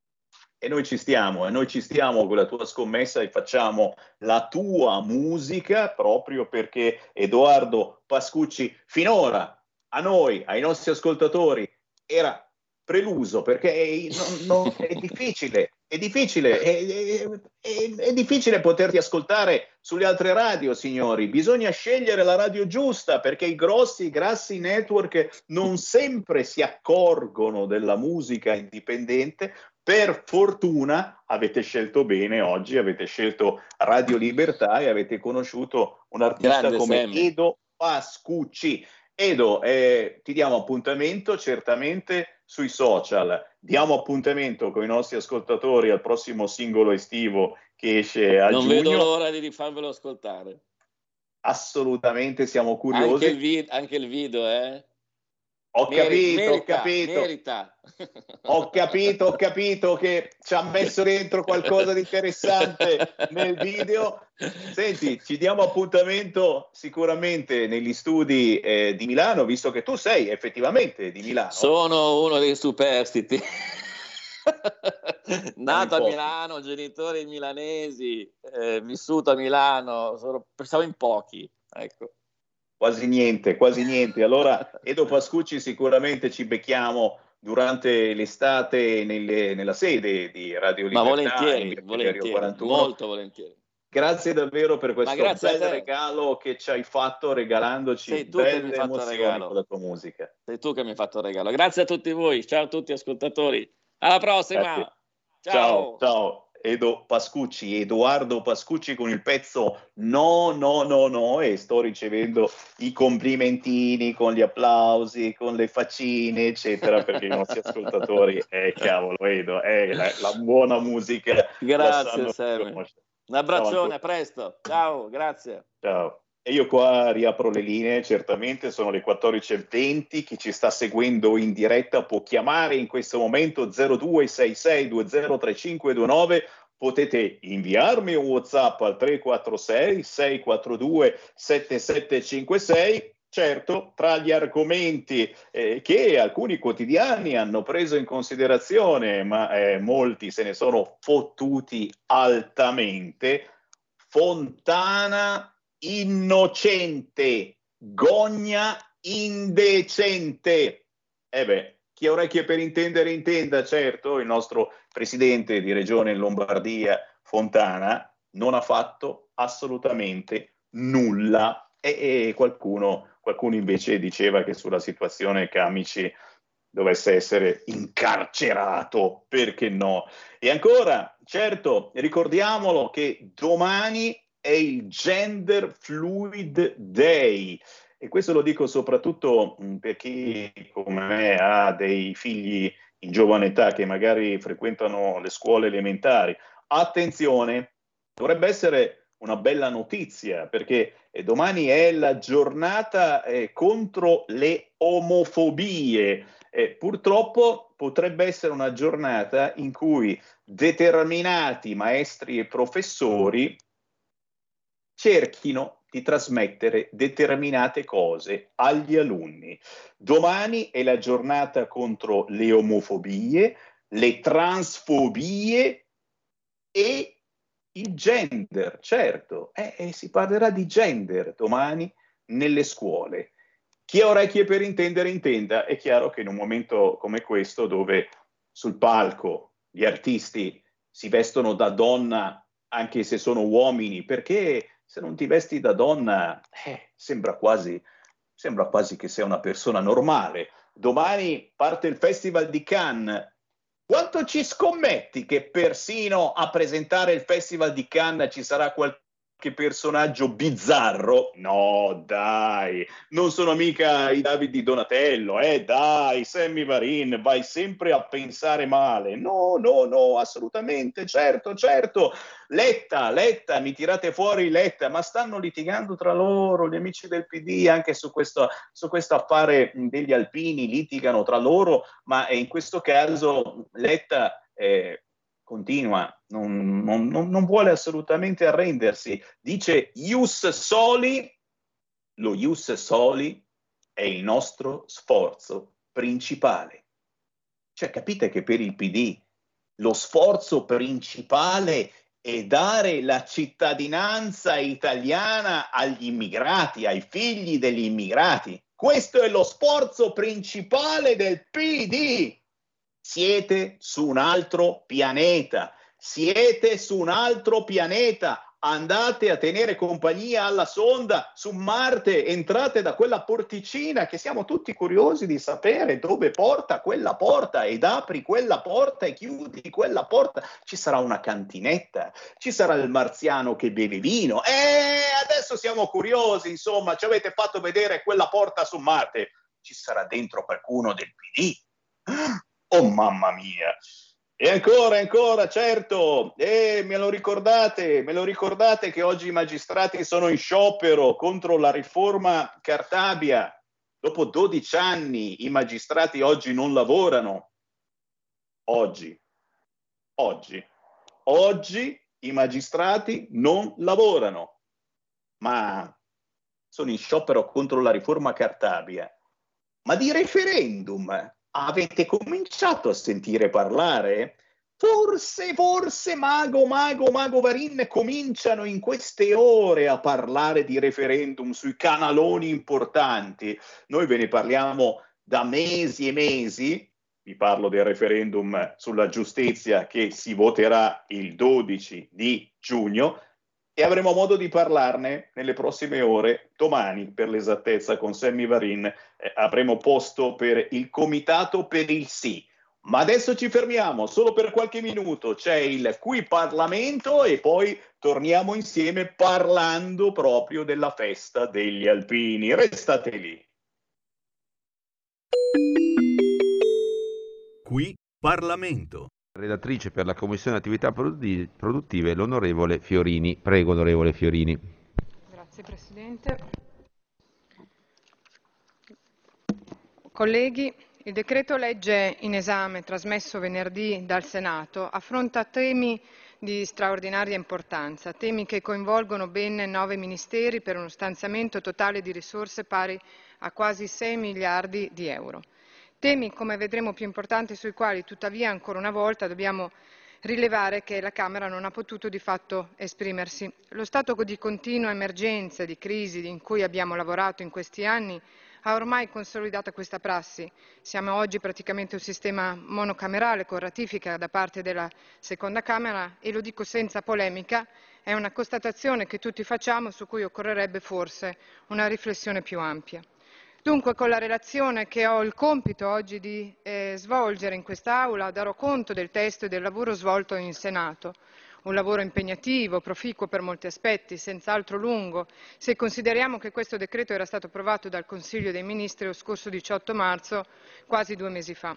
E noi ci stiamo, e noi ci stiamo con la tua scommessa e facciamo la tua musica, proprio perché Edoardo Pascucci finora a noi, ai nostri ascoltatori, era preluso, perché è, non, non, è difficile, è difficile, è, è, è, è difficile poterti ascoltare sulle altre radio, signori. Bisogna scegliere la radio giusta, perché i grossi, i grassi network non sempre si accorgono della musica indipendente. Per fortuna avete scelto bene oggi, avete scelto Radio Libertà e avete conosciuto un artista Grande come Sammy. Edo Pascucci. Edo, eh, ti diamo appuntamento certamente sui social, diamo appuntamento con i nostri ascoltatori al prossimo singolo estivo che esce a non giugno. Non vedo l'ora di rifarvelo ascoltare. Assolutamente, siamo curiosi. Anche il, vid- anche il video, eh? Ho Meri- capito, merita, ho capito. Merita. Ho capito, ho capito che ci ha messo dentro qualcosa di interessante nel video. Senti, ci diamo appuntamento sicuramente negli studi eh, di Milano, visto che tu sei effettivamente di Milano. Sono uno dei superstiti. Nato a pochi. Milano, genitori milanesi, eh, vissuto a Milano, sono, pensavo in pochi, ecco. Quasi niente, quasi niente. Allora, Edo Pascucci, sicuramente ci becchiamo durante l'estate nelle- nella sede di Radio Ma Libertà, volentieri, in via Tiberio volentieri, quarantuno. molto volentieri. Grazie davvero per questo grazie a bel te. regalo che ci hai fatto, regalandoci Sei tu che mi hai belle fatto il emozioni regalo. con la tua musica. Sei tu che mi hai fatto il regalo. Grazie a tutti voi, ciao a tutti ascoltatori. Alla prossima. Grazie. Ciao. Ciao, ciao. Edo Pascucci, Edoardo Pascucci con il pezzo No, no, no, no, e sto ricevendo i complimentini con gli applausi, con le faccine, eccetera, perché i nostri ascoltatori, eh cavolo, Edo, eh, la, la buona musica. la Grazie sanno Sammy. riconoscere. Un abbraccione, Ciao a a presto. Ciao, grazie. Ciao. E io qua riapro le linee, certamente sono le quattordici e venti, chi ci sta seguendo in diretta può chiamare in questo momento zero due sei sei due zero tre cinque due nove, potete inviarmi un WhatsApp al tre quattro sei sei quattro due sette sette cinque sei, certo tra gli argomenti eh, che alcuni quotidiani hanno preso in considerazione, ma eh, molti se ne sono fottuti altamente. Fontana innocente, gogna indecente. E beh, chi ha orecchie per intendere intenda, certo, il nostro presidente di regione in Lombardia, Fontana, non ha fatto assolutamente nulla. E, e qualcuno, qualcuno invece diceva che sulla situazione Camici dovesse essere incarcerato, perché no? E ancora, certo, ricordiamolo che domani è il Gender Fluid Day, e questo lo dico soprattutto per chi come me ha dei figli in giovane età che magari frequentano le scuole elementari. Attenzione, dovrebbe essere una bella notizia, perché domani è la giornata eh, contro le omofobie. Eh, purtroppo potrebbe essere una giornata in cui determinati maestri e professori cerchino di trasmettere determinate cose agli alunni. Domani è la giornata contro le omofobie, le transfobie e il gender, certo, eh, eh, si parlerà di gender domani nelle scuole. Chi ha orecchie per intendere intenda. È chiaro che in un momento come questo, dove sul palco gli artisti si vestono da donna anche se sono uomini, perché se non ti vesti da donna eh, sembra quasi, sembra quasi che sei una persona normale. Domani parte il Festival di Cannes. Quanto ci scommetti che persino a presentare il Festival di Cannes ci sarà qualche personaggio bizzarro? No, dai, non sono mica i Davide Donatello, eh, dai, Sammy Varin, vai sempre a pensare male. No, no, no, assolutamente, certo, certo. Letta, Letta, mi tirate fuori Letta, ma stanno litigando tra loro, gli amici del P D, anche su questo, su questo affare degli alpini, litigano tra loro, ma in questo caso Letta eh, continua, non, non, non vuole assolutamente arrendersi, dice ius soli, lo ius soli è il nostro sforzo principale. Cioè capite che per il P D lo sforzo principale è dare la cittadinanza italiana agli immigrati, ai figli degli immigrati. Questo è lo sforzo principale del P D. Siete su un altro pianeta, siete su un altro pianeta, andate a tenere compagnia alla sonda su Marte, entrate da quella porticina che siamo tutti curiosi di sapere dove porta quella porta, ed apri quella porta e chiudi quella porta, ci sarà una cantinetta, ci sarà il marziano che beve vino, e adesso siamo curiosi, insomma, ci avete fatto vedere quella porta su Marte, ci sarà dentro qualcuno del P D? Oh mamma mia! E ancora, ancora, certo, e me lo ricordate, me lo ricordate che oggi i magistrati sono in sciopero contro la riforma Cartabia. Dopo dodici anni i magistrati oggi non lavorano. Oggi, oggi, oggi i magistrati non lavorano, ma sono in sciopero contro la riforma Cartabia. Ma di referendum avete cominciato a sentire parlare? Forse, forse Mago, Mago, Mago Varin cominciano in queste ore a parlare di referendum sui canaloni importanti. Noi ve ne parliamo da mesi e mesi. Vi parlo del referendum sulla giustizia che si voterà il dodici di giugno e avremo modo di parlarne nelle prossime ore. Domani, per l'esattezza, con Sammy Varin eh, avremo posto per il comitato per il sì. Ma adesso ci fermiamo solo per qualche minuto, c'è il Qui Parlamento e poi torniamo insieme parlando proprio della festa degli alpini. Restate lì. Qui Parlamento. Relatrice per la Commissione Attività Produttive, l'onorevole Fiorini. Prego, onorevole Fiorini. Grazie Presidente. Colleghi, il decreto legge in esame, trasmesso venerdì dal Senato, affronta temi di straordinaria importanza, temi che coinvolgono ben nove ministeri per uno stanziamento totale di risorse pari a quasi sei miliardi di euro. Temi, come vedremo, più importanti sui quali tuttavia ancora una volta dobbiamo rilevare che la Camera non ha potuto di fatto esprimersi. Lo stato di continua emergenza, di crisi in cui abbiamo lavorato in questi anni ha ormai consolidato questa prassi. Siamo oggi praticamente un sistema monocamerale con ratifica da parte della seconda Camera e lo dico senza polemica, è una constatazione che tutti facciamo su cui occorrerebbe forse una riflessione più ampia. Dunque, con la relazione che ho il compito oggi di eh, svolgere in quest'Aula, darò conto del testo e del lavoro svolto in Senato. Un lavoro impegnativo, proficuo per molti aspetti, senz'altro lungo, se consideriamo che questo decreto era stato approvato dal Consiglio dei Ministri lo scorso diciotto marzo, quasi due mesi fa.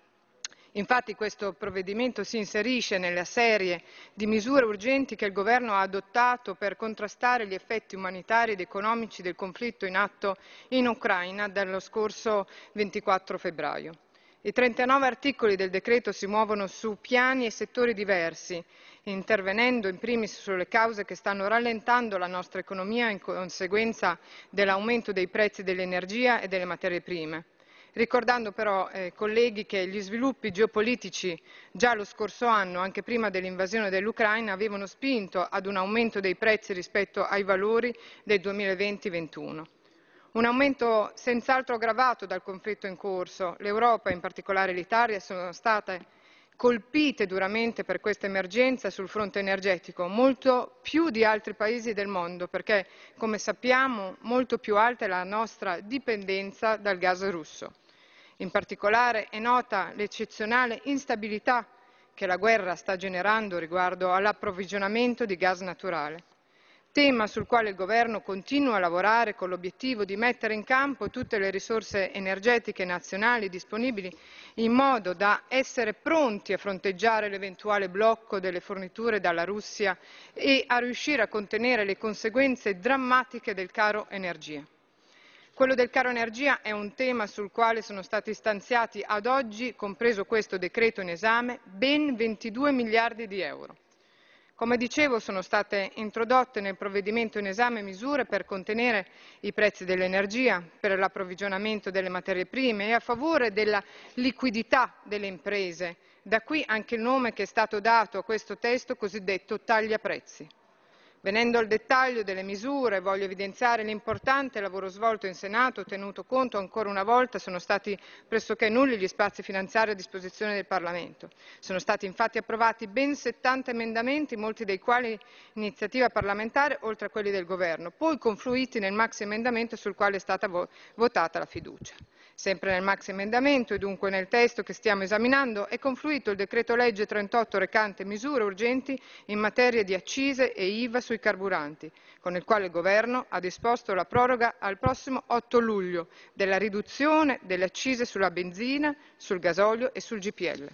Infatti questo provvedimento si inserisce nella serie di misure urgenti che il Governo ha adottato per contrastare gli effetti umanitari ed economici del conflitto in atto in Ucraina dallo scorso ventiquattro febbraio. I trentanove articoli del decreto si muovono su piani e settori diversi, intervenendo in primis sulle cause che stanno rallentando la nostra economia in conseguenza dell'aumento dei prezzi dell'energia e delle materie prime. Ricordando però, eh, colleghi, che gli sviluppi geopolitici già lo scorso anno, anche prima dell'invasione dell'Ucraina, avevano spinto ad un aumento dei prezzi rispetto ai valori del duemilaventi ventuno. Un aumento senz'altro aggravato dal conflitto in corso. L'Europa, in particolare l'Italia, sono state colpite duramente per questa emergenza sul fronte energetico, molto più di altri paesi del mondo, perché, come sappiamo, molto più alta è la nostra dipendenza dal gas russo. In particolare è nota l'eccezionale instabilità che la guerra sta generando riguardo all'approvvigionamento di gas naturale. Tema sul quale il Governo continua a lavorare con l'obiettivo di mettere in campo tutte le risorse energetiche nazionali disponibili in modo da essere pronti a fronteggiare l'eventuale blocco delle forniture dalla Russia e a riuscire a contenere le conseguenze drammatiche del caro energia. Quello del caro energia è un tema sul quale sono stati stanziati ad oggi, compreso questo decreto in esame, ben ventidue miliardi di euro. Come dicevo, sono state introdotte nel provvedimento in esame misure per contenere i prezzi dell'energia, per l'approvvigionamento delle materie prime e a favore della liquidità delle imprese. Da qui anche il nome che è stato dato a questo testo cosiddetto tagliaprezzi. Venendo al dettaglio delle misure, voglio evidenziare l'importante lavoro svolto in Senato, tenuto conto ancora una volta sono stati pressoché nulli gli spazi finanziari a disposizione del Parlamento. Sono stati infatti approvati ben settanta emendamenti, molti dei quali iniziativa parlamentare, oltre a quelli del Governo, poi confluiti nel maxi emendamento sul quale è stata vo- votata la fiducia. Sempre nel maxi emendamento e dunque nel testo che stiamo esaminando è confluito il decreto legge trentotto recante misure urgenti in materia di accise e I V A sui carburanti, con il quale il Governo ha disposto la proroga al prossimo otto luglio della riduzione delle accise sulla benzina, sul gasolio e sul G P L.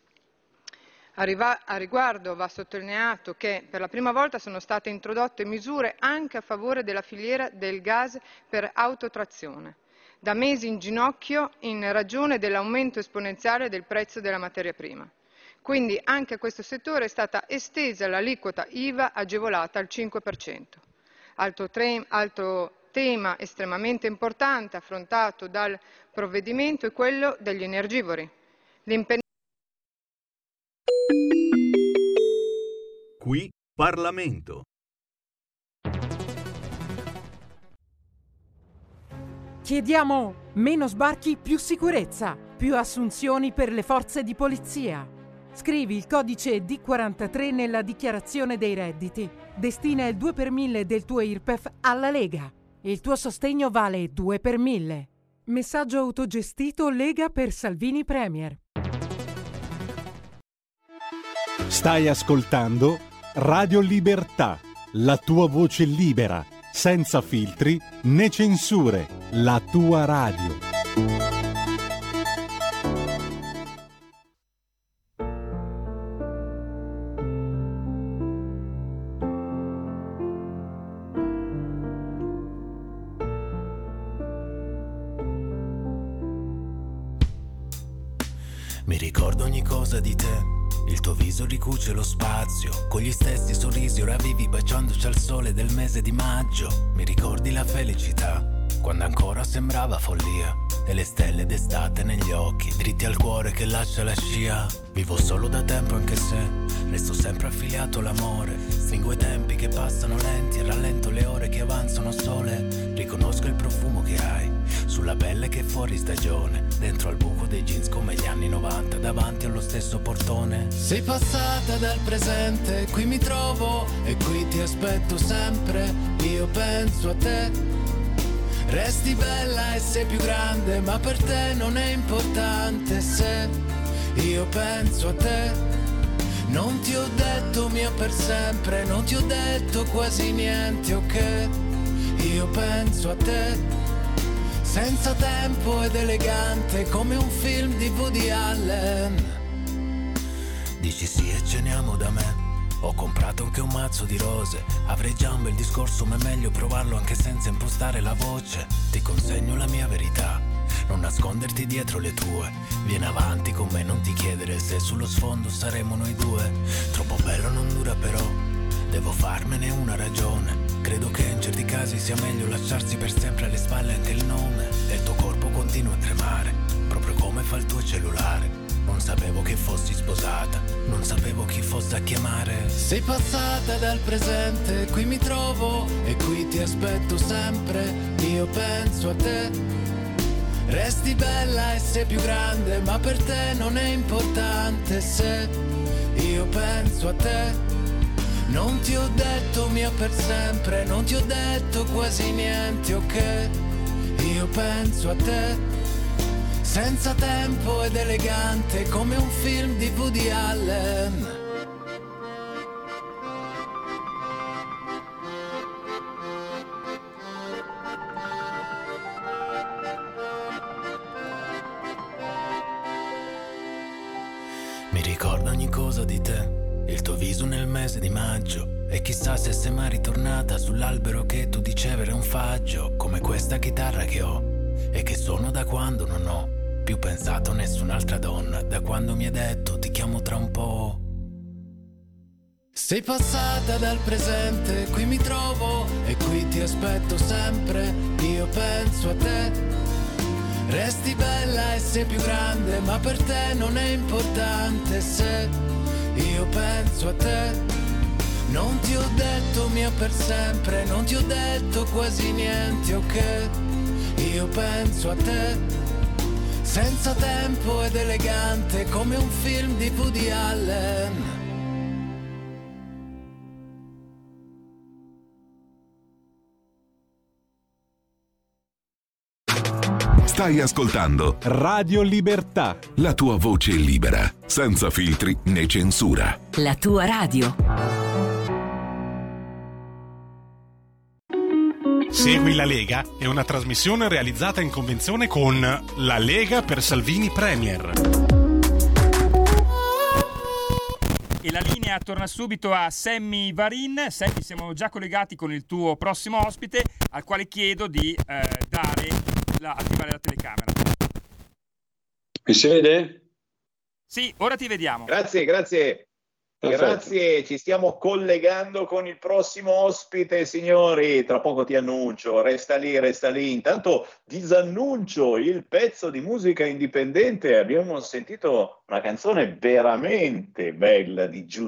A riguardo va sottolineato che per la prima volta sono state introdotte misure anche a favore della filiera del gas per autotrazione, da mesi in ginocchio in ragione dell'aumento esponenziale del prezzo della materia prima. Quindi anche a questo settore è stata estesa l'aliquota I V A agevolata al cinque per cento. Altro, tre, altro tema estremamente importante affrontato dal provvedimento è quello degli energivori. L'impen- Qui Parlamento. Chiediamo meno sbarchi, più sicurezza, più assunzioni per le forze di polizia. Scrivi il codice D quarantatré nella dichiarazione dei redditi. Destina il due per mille del tuo I R P E F alla Lega. Il tuo sostegno vale due per mille. Messaggio autogestito Lega per Salvini Premier. Stai ascoltando Radio Libertà, la tua voce libera, senza filtri né censure, la tua radio. Mi ricordo ogni cosa di te. Il tuo viso ricuce lo spazio, con gli stessi sorrisi ora vivi baciandoci al sole del mese di maggio. Mi ricordi la felicità, quando ancora sembrava follia, e le stelle d'estate negli occhi, dritti al cuore che lascia la scia. Vivo solo da tempo anche se resto sempre affiliato all'amore. Stringo i tempi che passano lenti e rallento le ore che avanzano sole. Riconosco il profumo che hai sulla pelle che è fuori stagione, dentro al buco dei jeans come gli anni novanta, davanti allo stesso portone. Sei passata dal presente, qui mi trovo e qui ti aspetto sempre. Io penso a te, resti bella e sei più grande, ma per te non è importante se io penso a te. Non ti ho detto mio per sempre, non ti ho detto quasi niente, ok? Io penso a te. Senza tempo ed elegante come un film di Woody Allen. Dici sì e ceniamo da me. Ho comprato anche un mazzo di rose. Avrei già un bel discorso ma è meglio provarlo anche senza impostare la voce. Ti consegno la mia verità, non nasconderti dietro le tue. Vieni avanti con me, non ti chiedere se sullo sfondo saremo noi due. Troppo bello non dura però, devo farmene una ragione. Credo che in certi casi sia meglio lasciarsi per sempre alle spalle anche il nome. E il tuo corpo continua a tremare, proprio come fa il tuo cellulare. Non sapevo che fossi sposata, non sapevo chi fosse a chiamare. Sei passata dal presente, qui mi trovo e qui ti aspetto sempre. Io penso a te, resti bella e sei più grande, ma per te non è importante se io penso a te. Non ti ho detto mio per sempre, non ti ho detto quasi niente, ok? Io penso a te, senza tempo ed elegante come un film di Woody Allen. Mi ricordo ogni cosa di te, il tuo viso nel mese di maggio, e chissà se sei mai ritornata sull'albero che tu dicevi era un faggio, come questa chitarra che ho e che suono da quando non ho più pensato a nessun'altra donna, da quando mi hai detto ti chiamo tra un po'. Sei passata dal presente, qui mi trovo e qui ti aspetto sempre. Io penso a te, resti bella e sei più grande, ma per te non è importante se io penso a te. Non ti ho detto mio per sempre, non ti ho detto quasi niente, ok? Io penso a te, senza tempo ed elegante come un film di Woody Allen. Stai ascoltando Radio Libertà, la tua voce libera, senza filtri né censura. La tua radio. Segui la Lega è una trasmissione realizzata in convenzione con La Lega per Salvini Premier. E la linea torna subito a Sammy Varin. Sammy, siamo già collegati con il tuo prossimo ospite, al quale chiedo di eh, dare la, attivare la telecamera. Mi si vede? Sì, ora ti vediamo. Grazie, grazie. Perfetto. Grazie, ci stiamo collegando con il prossimo ospite, signori. Tra poco ti annuncio, resta lì, resta lì. Intanto disannuncio il pezzo di musica indipendente. Abbiamo sentito una canzone veramente bella di Giuseppe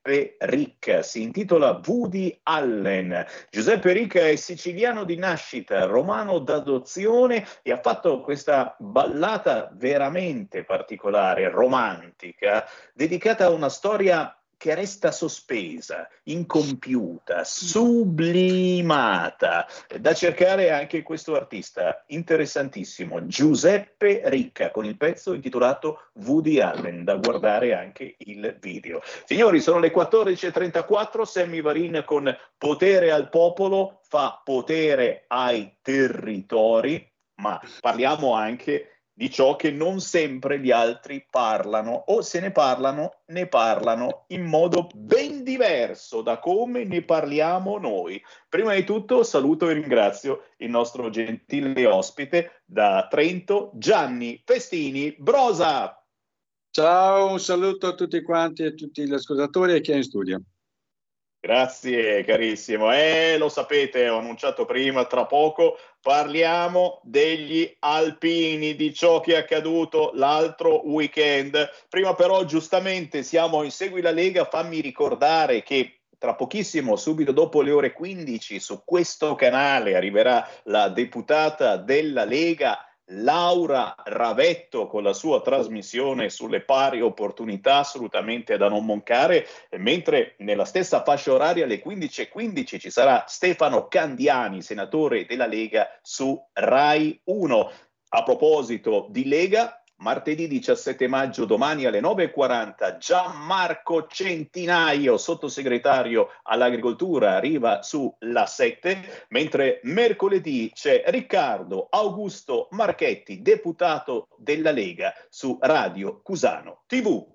Giuseppe Ricca, si intitola Woody Allen. Giuseppe Ricca è siciliano di nascita, romano d'adozione e ha fatto questa ballata veramente particolare, romantica, dedicata a una storia che resta sospesa, incompiuta, sublimata. Da cercare anche questo artista interessantissimo, Giuseppe Ricca, con il pezzo intitolato Woody Allen, da guardare anche il video. Signori, sono le quattordici e trentaquattro, Sammy Varin con Potere al popolo fa potere ai territori, ma parliamo anche di ciò che non sempre gli altri parlano, o se ne parlano, ne parlano in modo ben diverso da come ne parliamo noi. Prima di tutto saluto e ringrazio il nostro gentile ospite da Trento, Gianni Festini Brosa. Ciao, un saluto a tutti quanti e a tutti gli ascoltatori e chi è in studio. Grazie carissimo, eh, lo sapete, ho annunciato prima, tra poco parliamo degli alpini, di ciò che è accaduto l'altro weekend. Prima però giustamente siamo in Segui la Lega, fammi ricordare che tra pochissimo, subito dopo le ore quindici, su questo canale arriverà la deputata della Lega Laura Ravetto con la sua trasmissione sulle pari opportunità, assolutamente da non mancare, mentre nella stessa fascia oraria alle quindici e quindici ci sarà Stefano Candiani, senatore della Lega, su Rai uno. A proposito di Lega, martedì diciassette maggio, domani alle nove e quaranta, Gianmarco Centinaio, sottosegretario all'agricoltura, arriva su La sette, mentre mercoledì c'è Riccardo Augusto Marchetti, deputato della Lega, su Radio Cusano tivù.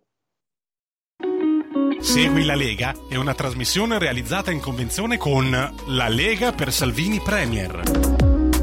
Segui la Lega è una trasmissione realizzata in convenzione con La Lega per Salvini Premier.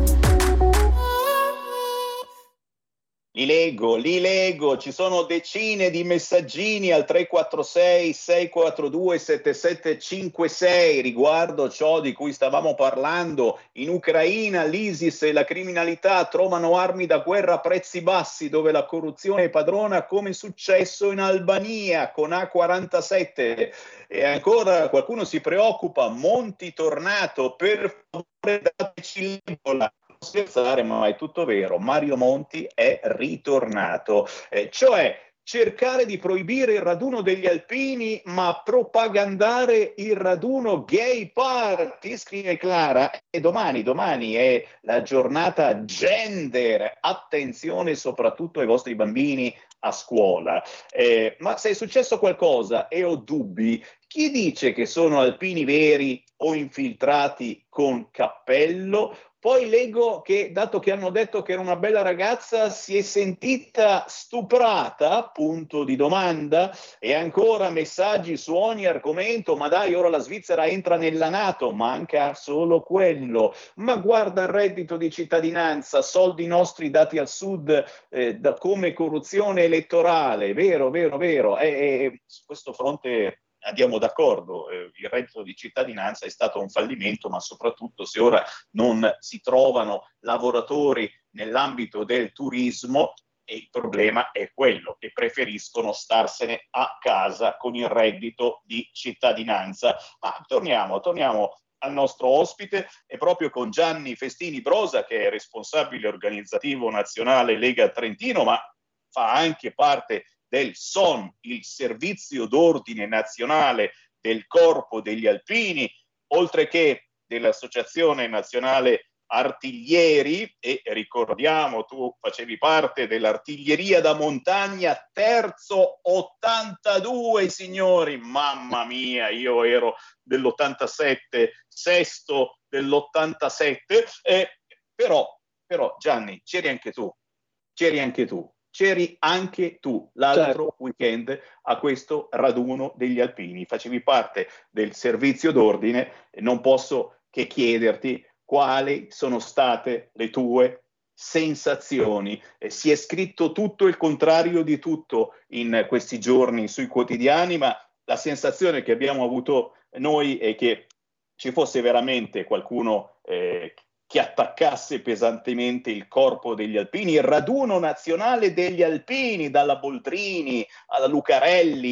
Li leggo, li leggo, ci sono decine di messaggini al tre quattro sei sei quattro due sette sette cinque sei riguardo ciò di cui stavamo parlando. In Ucraina l'ISIS e la criminalità trovano armi da guerra a prezzi bassi, dove la corruzione è padrona, come è successo in Albania con A quarantasette. E ancora qualcuno si preoccupa, Monti tornato, per favore dateci l'Ebola. Scherzare, ma è tutto vero, Mario Monti è ritornato, eh, cioè cercare di proibire il raduno degli alpini ma propagandare il raduno gay party, scrive Clara. E domani, domani è la giornata gender, attenzione soprattutto ai vostri bambini a scuola. Eh, ma se è successo qualcosa e ho dubbi, chi dice che sono alpini veri o infiltrati con cappello? Poi leggo che, dato che hanno detto che era una bella ragazza, si è sentita stuprata, punto di domanda, e ancora messaggi su ogni argomento, ma dai, ora la Svizzera entra nella NATO, manca solo quello, ma guarda il reddito di cittadinanza, soldi nostri dati al sud eh, da come corruzione elettorale, vero, vero, vero, e, e su questo fronte andiamo d'accordo, eh, il reddito di cittadinanza è stato un fallimento, ma soprattutto se ora non si trovano lavoratori nell'ambito del turismo, e il problema è quello che preferiscono starsene a casa con il reddito di cittadinanza. Ma torniamo, torniamo al nostro ospite, e proprio con Gianni Festini Brosa, che è responsabile organizzativo nazionale Lega Trentino, ma fa anche parte del S O N, il servizio d'ordine nazionale del Corpo degli Alpini, oltre che dell'Associazione Nazionale Artiglieri, e ricordiamo, tu facevi parte dell'artiglieria da montagna, terzo ottantadue, signori, mamma mia, io ero dell'ottantasette, sesto dell'ottantasette, eh, però, però Gianni, c'eri anche tu, c'eri anche tu. C'eri anche tu l'altro certo. weekend a questo raduno degli alpini, facevi parte del servizio d'ordine e non posso che chiederti quali sono state le tue sensazioni. Eh, si è scritto tutto il contrario di tutto in questi giorni sui quotidiani, ma la sensazione che abbiamo avuto noi è che ci fosse veramente qualcuno eh, che attaccasse pesantemente il Corpo degli Alpini, il raduno nazionale degli alpini, dalla Boldrini alla Lucarelli,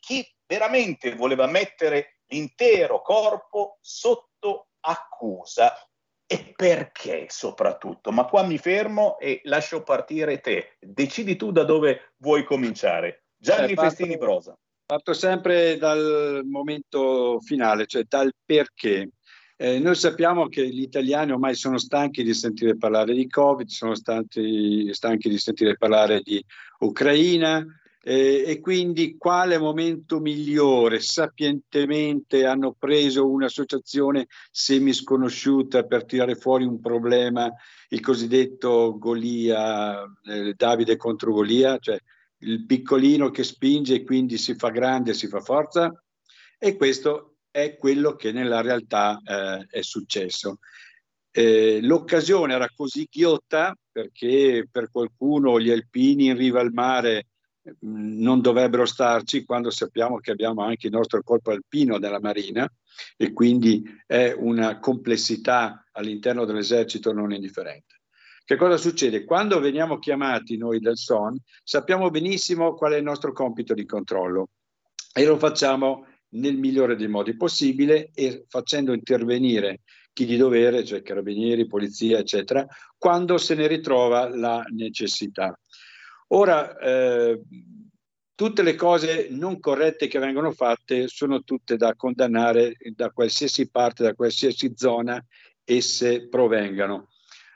chi veramente voleva mettere l'intero corpo sotto accusa. E perché soprattutto? Ma qua mi fermo e lascio partire te. Decidi tu da dove vuoi cominciare. Gianni eh, Festini Brosa. Parto sempre dal momento finale, cioè dal perché. Eh, noi sappiamo che gli italiani ormai sono stanchi di sentire parlare di Covid, sono stanchi, stanchi di sentire parlare di Ucraina, eh, e quindi quale momento migliore? Sapientemente hanno preso un'associazione semisconosciuta per tirare fuori un problema, il cosiddetto Golia, eh, Davide contro Golia, cioè il piccolino che spinge e quindi si fa grande, si fa forza, e questo è quello che nella realtà eh, è successo. Eh, l'occasione era così ghiotta perché per qualcuno gli alpini in riva al mare mh, non dovrebbero starci, quando sappiamo che abbiamo anche il nostro corpo alpino della Marina e quindi è una complessità all'interno dell'esercito non indifferente. Che cosa succede? Quando veniamo chiamati noi del S O N sappiamo benissimo qual è il nostro compito di controllo e lo facciamo nel migliore dei modi possibile e facendo intervenire chi di dovere, cioè carabinieri, polizia, eccetera, quando se ne ritrova la necessità. Ora, eh, tutte le cose non corrette che vengono fatte sono tutte da condannare da qualsiasi parte, da qualsiasi zona esse provengano.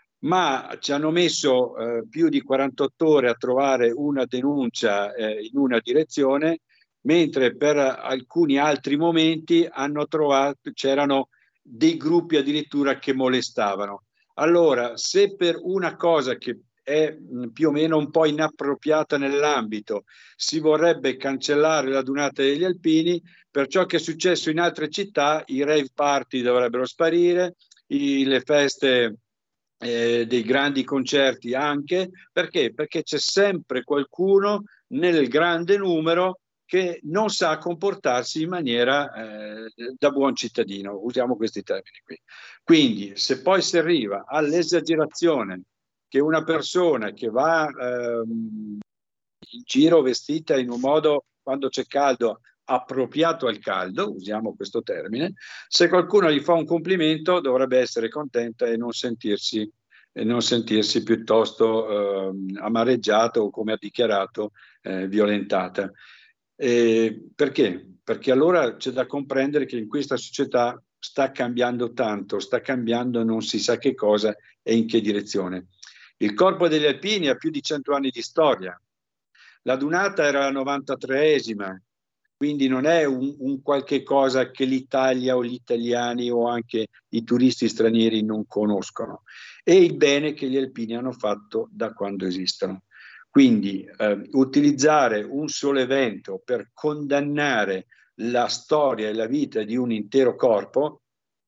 Ma ci hanno messo eh, più di quarantotto ore a trovare una denuncia eh, in una direzione, mentre per alcuni altri momenti hanno trovato, c'erano dei gruppi addirittura che molestavano. Allora, se per una cosa che è mh, più o meno un po' inappropriata nell'ambito si vorrebbe cancellare la Dunata degli Alpini, per ciò che è successo in altre città, i rave party dovrebbero sparire, i, le feste Eh, dei grandi concerti anche, perché? Perché c'è sempre qualcuno nel grande numero che non sa comportarsi in maniera eh, da buon cittadino, usiamo questi termini qui. Quindi se poi si arriva all'esagerazione che una persona che va ehm, in giro vestita in un modo, quando c'è caldo, appropriato al caldo, usiamo questo termine, se qualcuno gli fa un complimento dovrebbe essere contenta e non sentirsi, e non sentirsi piuttosto eh, amareggiata o, come ha dichiarato, eh, violentata. E perché? Perché allora c'è da comprendere che in questa società sta cambiando tanto, sta cambiando non si sa che cosa e in che direzione. Il Corpo degli Alpini ha più di cento anni di storia, la Dunata era la novantatreesima, quindi non è un, un qualche cosa che l'Italia o gli italiani o anche i turisti stranieri non conoscono. È il bene che gli alpini hanno fatto da quando esistono. Quindi eh, utilizzare un solo evento per condannare la storia e la vita di un intero corpo,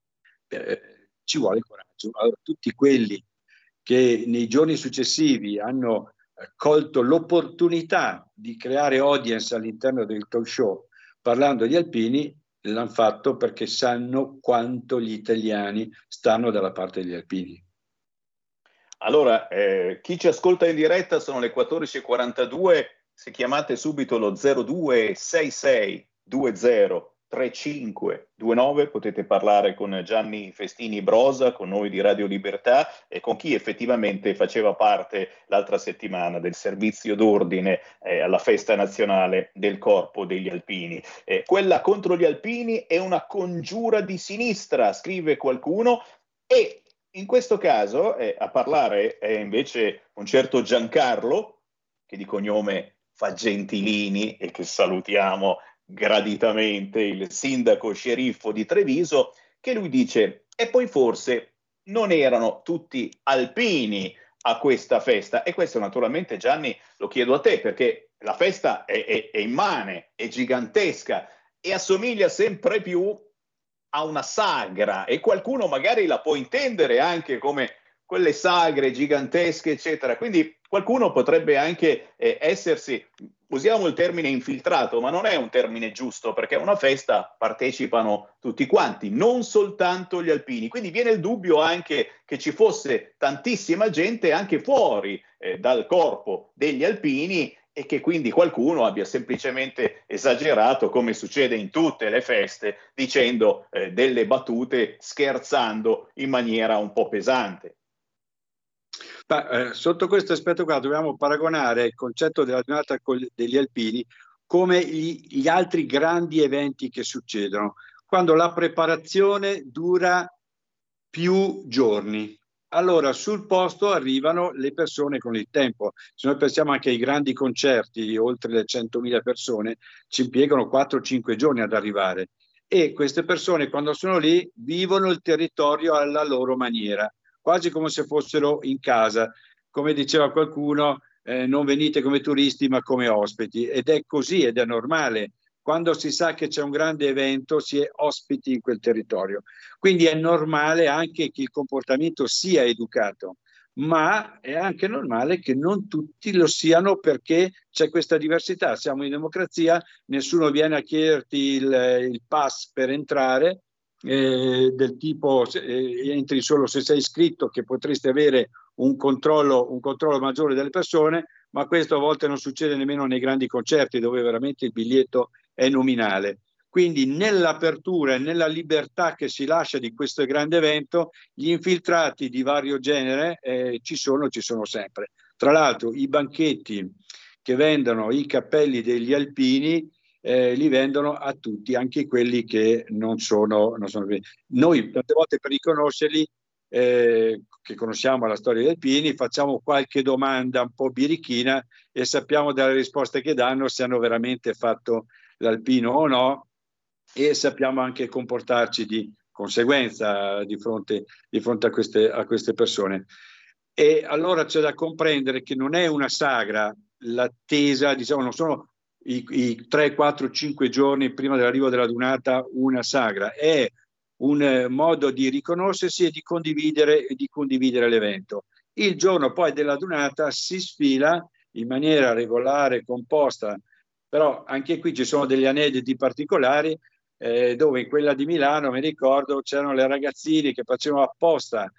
eh, ci vuole coraggio. Allora, tutti quelli che nei giorni successivi hanno colto l'opportunità di creare audience all'interno del talk show parlando di alpini, l'hanno fatto perché sanno quanto gli italiani stanno dalla parte degli alpini. Allora, eh, chi ci ascolta in diretta sono le quattordici e quarantadue, se chiamate subito lo zero due sei sei due zero tre cinque due nove potete parlare con Gianni Festini Brosa, con noi di Radio Libertà e con chi effettivamente faceva parte l'altra settimana del servizio d'ordine eh, alla festa nazionale del Corpo degli Alpini. Eh, quella contro gli alpini è una congiura di sinistra, scrive qualcuno, e in questo caso eh, a parlare è invece un certo Giancarlo, che di cognome fa Gentilini e che salutiamo graditamente, il sindaco sceriffo di Treviso, che lui dice: e poi forse non erano tutti alpini a questa festa. E questo naturalmente, Gianni, lo chiedo a te, perché la festa è, è, è immane, è gigantesca e assomiglia sempre più a una sagra, e qualcuno magari la può intendere anche come quelle sagre gigantesche, eccetera. Quindi qualcuno potrebbe anche eh, essersi, usiamo il termine infiltrato, ma non è un termine giusto, perché a una festa partecipano tutti quanti, non soltanto gli alpini. Quindi viene il dubbio anche che ci fosse tantissima gente anche fuori eh, dal corpo degli alpini, e che quindi qualcuno abbia semplicemente esagerato, come succede in tutte le feste, dicendo eh, delle battute, scherzando in maniera un po' pesante. Ma, eh, sotto questo aspetto qua dobbiamo paragonare il concetto della giornata degli alpini come gli, gli altri grandi eventi che succedono, quando la preparazione dura più giorni. Allora sul posto arrivano le persone con il tempo. Se noi pensiamo anche ai grandi concerti, oltre le centomila persone, ci impiegano quattro cinque giorni ad arrivare, e queste persone quando sono lì vivono il territorio alla loro maniera, quasi come se fossero in casa. Come diceva qualcuno, eh, non venite come turisti ma come ospiti, ed è così, ed è normale. Quando si sa che c'è un grande evento si è ospiti in quel territorio, quindi è normale anche che il comportamento sia educato, ma è anche normale che non tutti lo siano, perché c'è questa diversità. Siamo in democrazia, nessuno viene a chiederti il, il pass per entrare, eh, del tipo eh, entri solo se sei iscritto, che potresti avere un controllo, un controllo maggiore delle persone, ma questo a volte non succede nemmeno nei grandi concerti, dove veramente il biglietto è nominale. Quindi nell'apertura e nella libertà che si lascia di questo grande evento, gli infiltrati di vario genere eh, ci sono, ci sono sempre. Tra l'altro i banchetti che vendono i cappelli degli alpini eh, li vendono a tutti, anche quelli che non sono, non sono... Noi tante volte per riconoscerli, eh, che conosciamo la storia degli alpini, facciamo qualche domanda un po' birichina e sappiamo dalle risposte che danno se hanno veramente fatto l'alpino o no, e sappiamo anche comportarci di conseguenza di fronte, di fronte a, queste, a queste persone. E allora c'è da comprendere che non è una sagra l'attesa, diciamo, non sono i, i tre, quattro, cinque giorni prima dell'arrivo della dunata una sagra, è un eh, modo di riconoscersi e di condividere, di condividere l'evento. Il giorno poi della dunata si sfila in maniera regolare, composta, però anche qui ci sono degli aneddoti particolari, eh, dove in quella di Milano, mi ricordo, c'erano le ragazzine che facevano apposta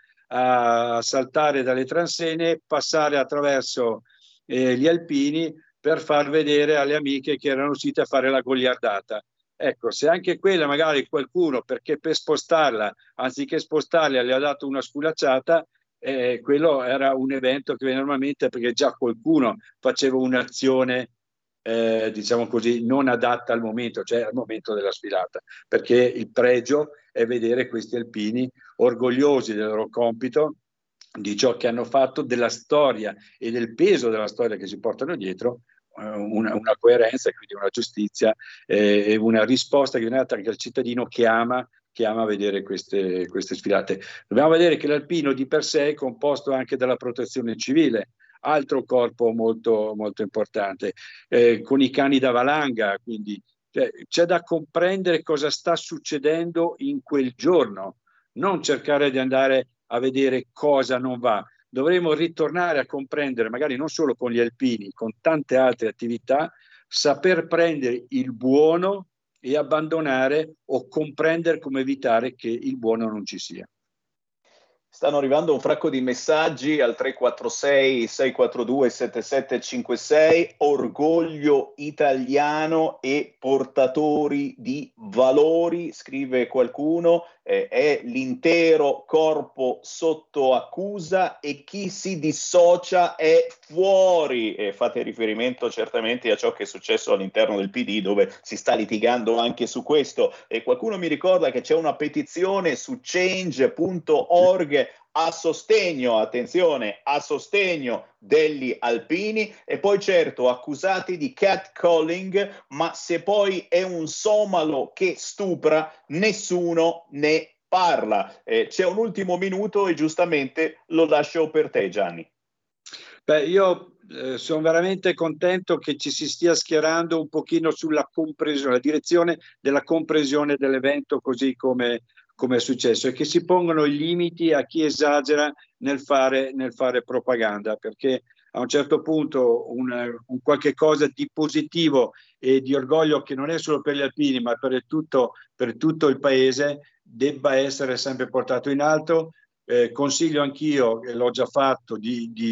a saltare dalle transenne, passare attraverso eh, gli alpini per far vedere alle amiche che erano uscite a fare la goliardata. Ecco, se anche quella magari qualcuno, perché per spostarla, anziché spostarla, le ha dato una sculacciata, eh, quello era un evento che normalmente, perché già qualcuno faceva un'azione Eh, diciamo così, non adatta al momento, cioè al momento della sfilata, perché il pregio è vedere questi alpini orgogliosi del loro compito, di ciò che hanno fatto, della storia e del peso della storia che si portano dietro, eh, una, una coerenza e quindi una giustizia eh, e una risposta che viene data anche al cittadino che ama che ama vedere queste, queste sfilate. Dobbiamo vedere che l'alpino di per sé è composto anche dalla protezione civile, altro corpo molto, molto importante, eh, con i cani da valanga, quindi cioè, c'è da comprendere cosa sta succedendo in quel giorno, non cercare di andare a vedere cosa non va. Dovremo ritornare a comprendere, magari non solo con gli alpini, con tante altre attività, saper prendere il buono e abbandonare o comprendere come evitare che il buono non ci sia. Stanno arrivando un fracco di messaggi al tre quattro sei sei quattro due sette sette cinque sei, orgoglio italiano e portatori di valori, scrive qualcuno, eh, è l'intero corpo sotto accusa e chi si dissocia è fuori. E fate riferimento certamente a ciò che è successo all'interno del P D, dove si sta litigando anche su questo. E qualcuno mi ricorda che c'è una petizione su change punto org a sostegno, attenzione, a sostegno degli alpini, e poi certo accusati di catcalling, ma se poi è un somalo che stupra nessuno ne parla. Eh, c'è un ultimo minuto e giustamente lo lascio per te, Gianni. Beh, io eh, sono veramente contento che ci si stia schierando un pochino sulla comprensione, la direzione della comprensione dell'evento, così come come è successo, e che si pongono i limiti a chi esagera nel fare, nel fare propaganda, perché a un certo punto un, un qualche cosa di positivo e di orgoglio che non è solo per gli alpini ma per tutto, per tutto il paese debba essere sempre portato in alto. Eh, consiglio anch'io, e l'ho già fatto, di, di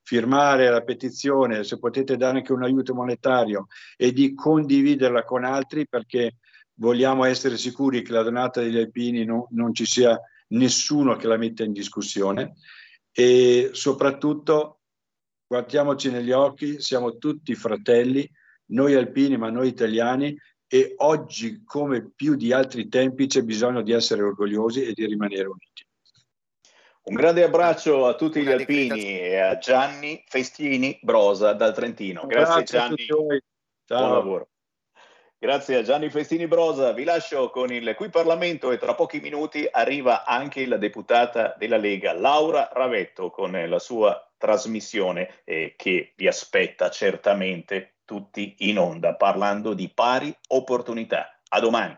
firmare la petizione, se potete dare anche un aiuto monetario e di condividerla con altri, perché vogliamo essere sicuri che la donata degli alpini no, non ci sia nessuno che la metta in discussione, e soprattutto guardiamoci negli occhi, siamo tutti fratelli, noi alpini ma noi italiani, e oggi come più di altri tempi c'è bisogno di essere orgogliosi e di rimanere uniti. Un grande abbraccio a tutti gli alpini e a Gianni Festini Brosa dal Trentino. Grazie, Grazie Gianni, buon lavoro. Grazie a Gianni Festini Brosa, vi lascio con il Qui Parlamento e tra pochi minuti arriva anche la deputata della Lega Laura Ravetto con la sua trasmissione eh, che vi aspetta certamente tutti in onda, parlando di pari opportunità. A domani.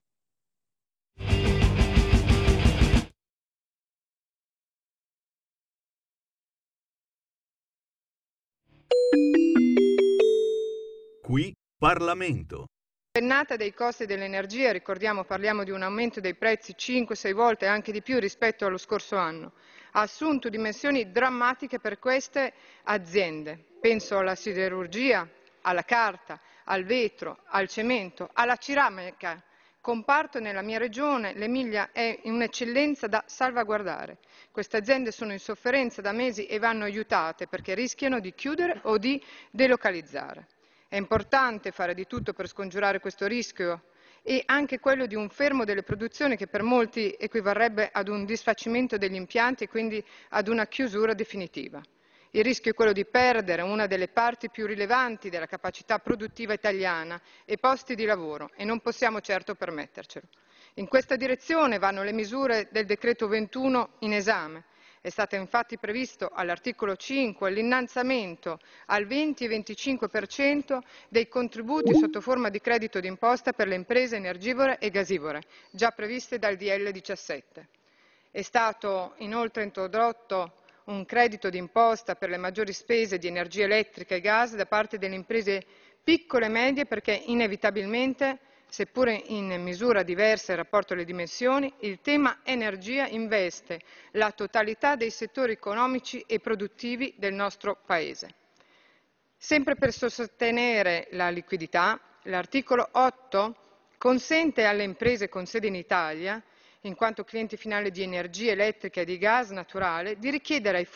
Qui Parlamento. Pennata dei costi dell'energia, ricordiamo, parliamo di un aumento dei prezzi cinque sei volte e anche di più rispetto allo scorso anno, ha assunto dimensioni drammatiche per queste aziende. Penso alla siderurgia, alla carta, al vetro, al cemento, alla ceramica. Comparto nella mia regione, l'Emilia, è un'eccellenza da salvaguardare. Queste aziende sono in sofferenza da mesi e vanno aiutate perché rischiano di chiudere o di delocalizzare. È importante fare di tutto per scongiurare questo rischio e anche quello di un fermo delle produzioni che per molti equivarrebbe ad un disfacimento degli impianti e quindi ad una chiusura definitiva. Il rischio è quello di perdere una delle parti più rilevanti della capacità produttiva italiana e posti di lavoro e non possiamo certo permettercelo. In questa direzione vanno le misure del decreto ventuno in esame. È stato infatti previsto all'articolo cinque l'innalzamento al venti e venticinque per cento dei contributi sotto forma di credito d'imposta per le imprese energivore e gasivore, già previste dal D L diciassette. È stato inoltre introdotto un credito d'imposta per le maggiori spese di energia elettrica e gas da parte delle imprese piccole e medie perché inevitabilmente, seppure in misura diversa in rapporto alle dimensioni, il tema energia investe la totalità dei settori economici e produttivi del nostro Paese. Sempre per sostenere la liquidità, l'articolo otto consente alle imprese con sede in Italia, in quanto clienti finali di energia elettrica e di gas naturale, di richiedere ai,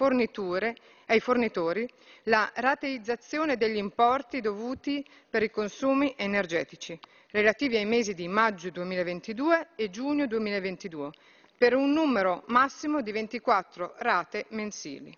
ai fornitori la rateizzazione degli importi dovuti per i consumi energetici relativi ai mesi di maggio duemilaventidue e giugno duemilaventidue, per un numero massimo di ventiquattro rate mensili.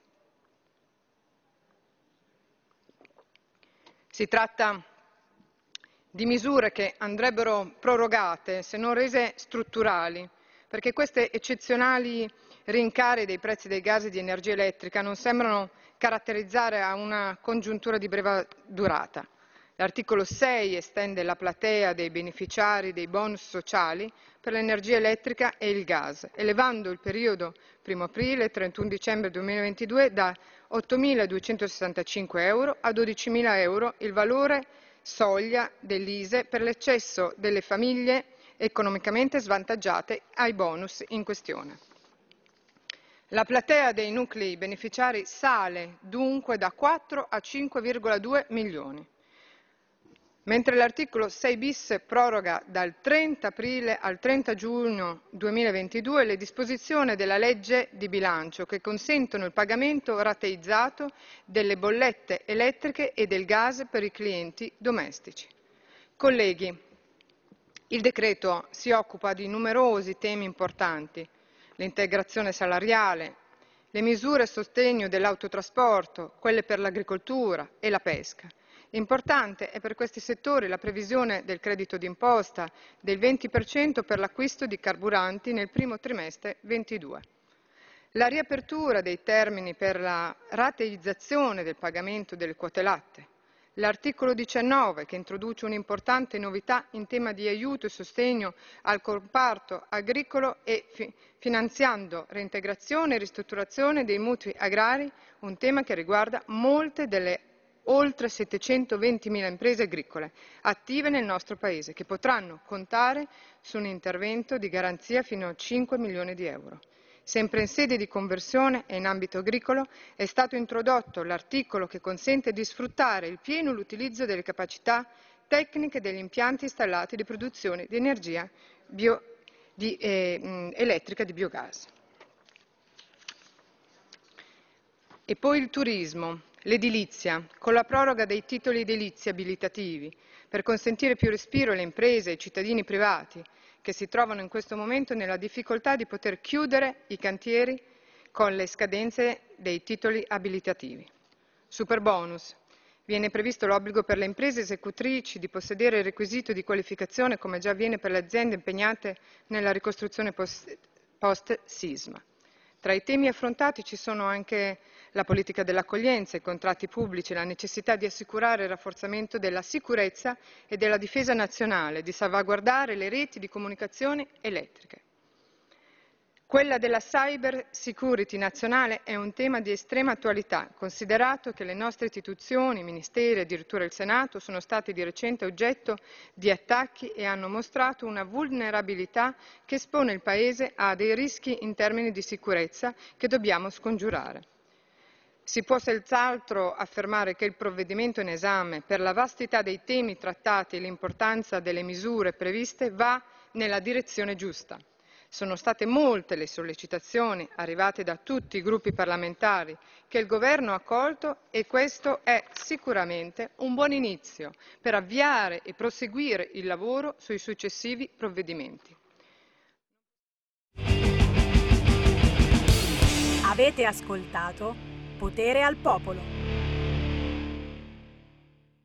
Si tratta di misure che andrebbero prorogate, se non rese strutturali, perché queste eccezionali rincari dei prezzi dei gas e di energia elettrica non sembrano caratterizzare a una congiuntura di breve durata. L'articolo sei estende la platea dei beneficiari dei bonus sociali per l'energia elettrica e il gas, elevando il periodo primo aprile e trentuno dicembre duemilaventidue da ottomiladuecentosessantacinque euro a dodicimila euro il valore soglia dell'I S E E per l'eccesso delle famiglie economicamente svantaggiate ai bonus in questione. La platea dei nuclei beneficiari sale dunque da quattro a cinque virgola due milioni. Mentre l'articolo sei bis proroga dal trenta aprile al trenta giugno duemilaventidue le disposizioni della legge di bilancio che consentono il pagamento rateizzato delle bollette elettriche e del gas per i clienti domestici. Colleghi, il decreto si occupa di numerosi temi importanti: l'integrazione salariale, le misure a sostegno dell'autotrasporto, quelle per l'agricoltura e la pesca. Importante è per questi settori la previsione del credito d'imposta del venti per cento per l'acquisto di carburanti nel primo trimestre ventidue. La riapertura dei termini per la rateizzazione del pagamento delle quote latte. L'articolo diciannove che introduce un'importante novità in tema di aiuto e sostegno al comparto agricolo e fi- finanziando reintegrazione e ristrutturazione dei mutui agrari, un tema che riguarda molte delle oltre settecentoventimila imprese agricole attive nel nostro Paese, che potranno contare su un intervento di garanzia fino a cinque milioni di euro. Sempre in sede di conversione e in ambito agricolo è stato introdotto l'articolo che consente di sfruttare il pieno l'utilizzo delle capacità tecniche degli impianti installati di produzione di energia bio, di, eh, mh, elettrica di biogas. E poi il turismo, l'edilizia, con la proroga dei titoli edilizi abilitativi, per consentire più respiro alle imprese e ai cittadini privati che si trovano in questo momento nella difficoltà di poter chiudere i cantieri con le scadenze dei titoli abilitativi. Superbonus. Viene previsto l'obbligo per le imprese esecutrici di possedere il requisito di qualificazione, come già avviene per le aziende impegnate nella ricostruzione post-sisma. Tra i temi affrontati ci sono anche la politica dell'accoglienza, i contratti pubblici, la necessità di assicurare il rafforzamento della sicurezza e della difesa nazionale, di salvaguardare le reti di comunicazione elettriche. Quella della cyber security nazionale è un tema di estrema attualità, considerato che le nostre istituzioni, ministeri e addirittura il Senato sono stati di recente oggetto di attacchi e hanno mostrato una vulnerabilità che espone il Paese a dei rischi in termini di sicurezza che dobbiamo scongiurare. Si può senz'altro affermare che il provvedimento in esame, per la vastità dei temi trattati e l'importanza delle misure previste, va nella direzione giusta. Sono state molte le sollecitazioni arrivate da tutti i gruppi parlamentari che il Governo ha accolto e questo è sicuramente un buon inizio per avviare e proseguire il lavoro sui successivi provvedimenti. Avete ascoltato Potere al Popolo.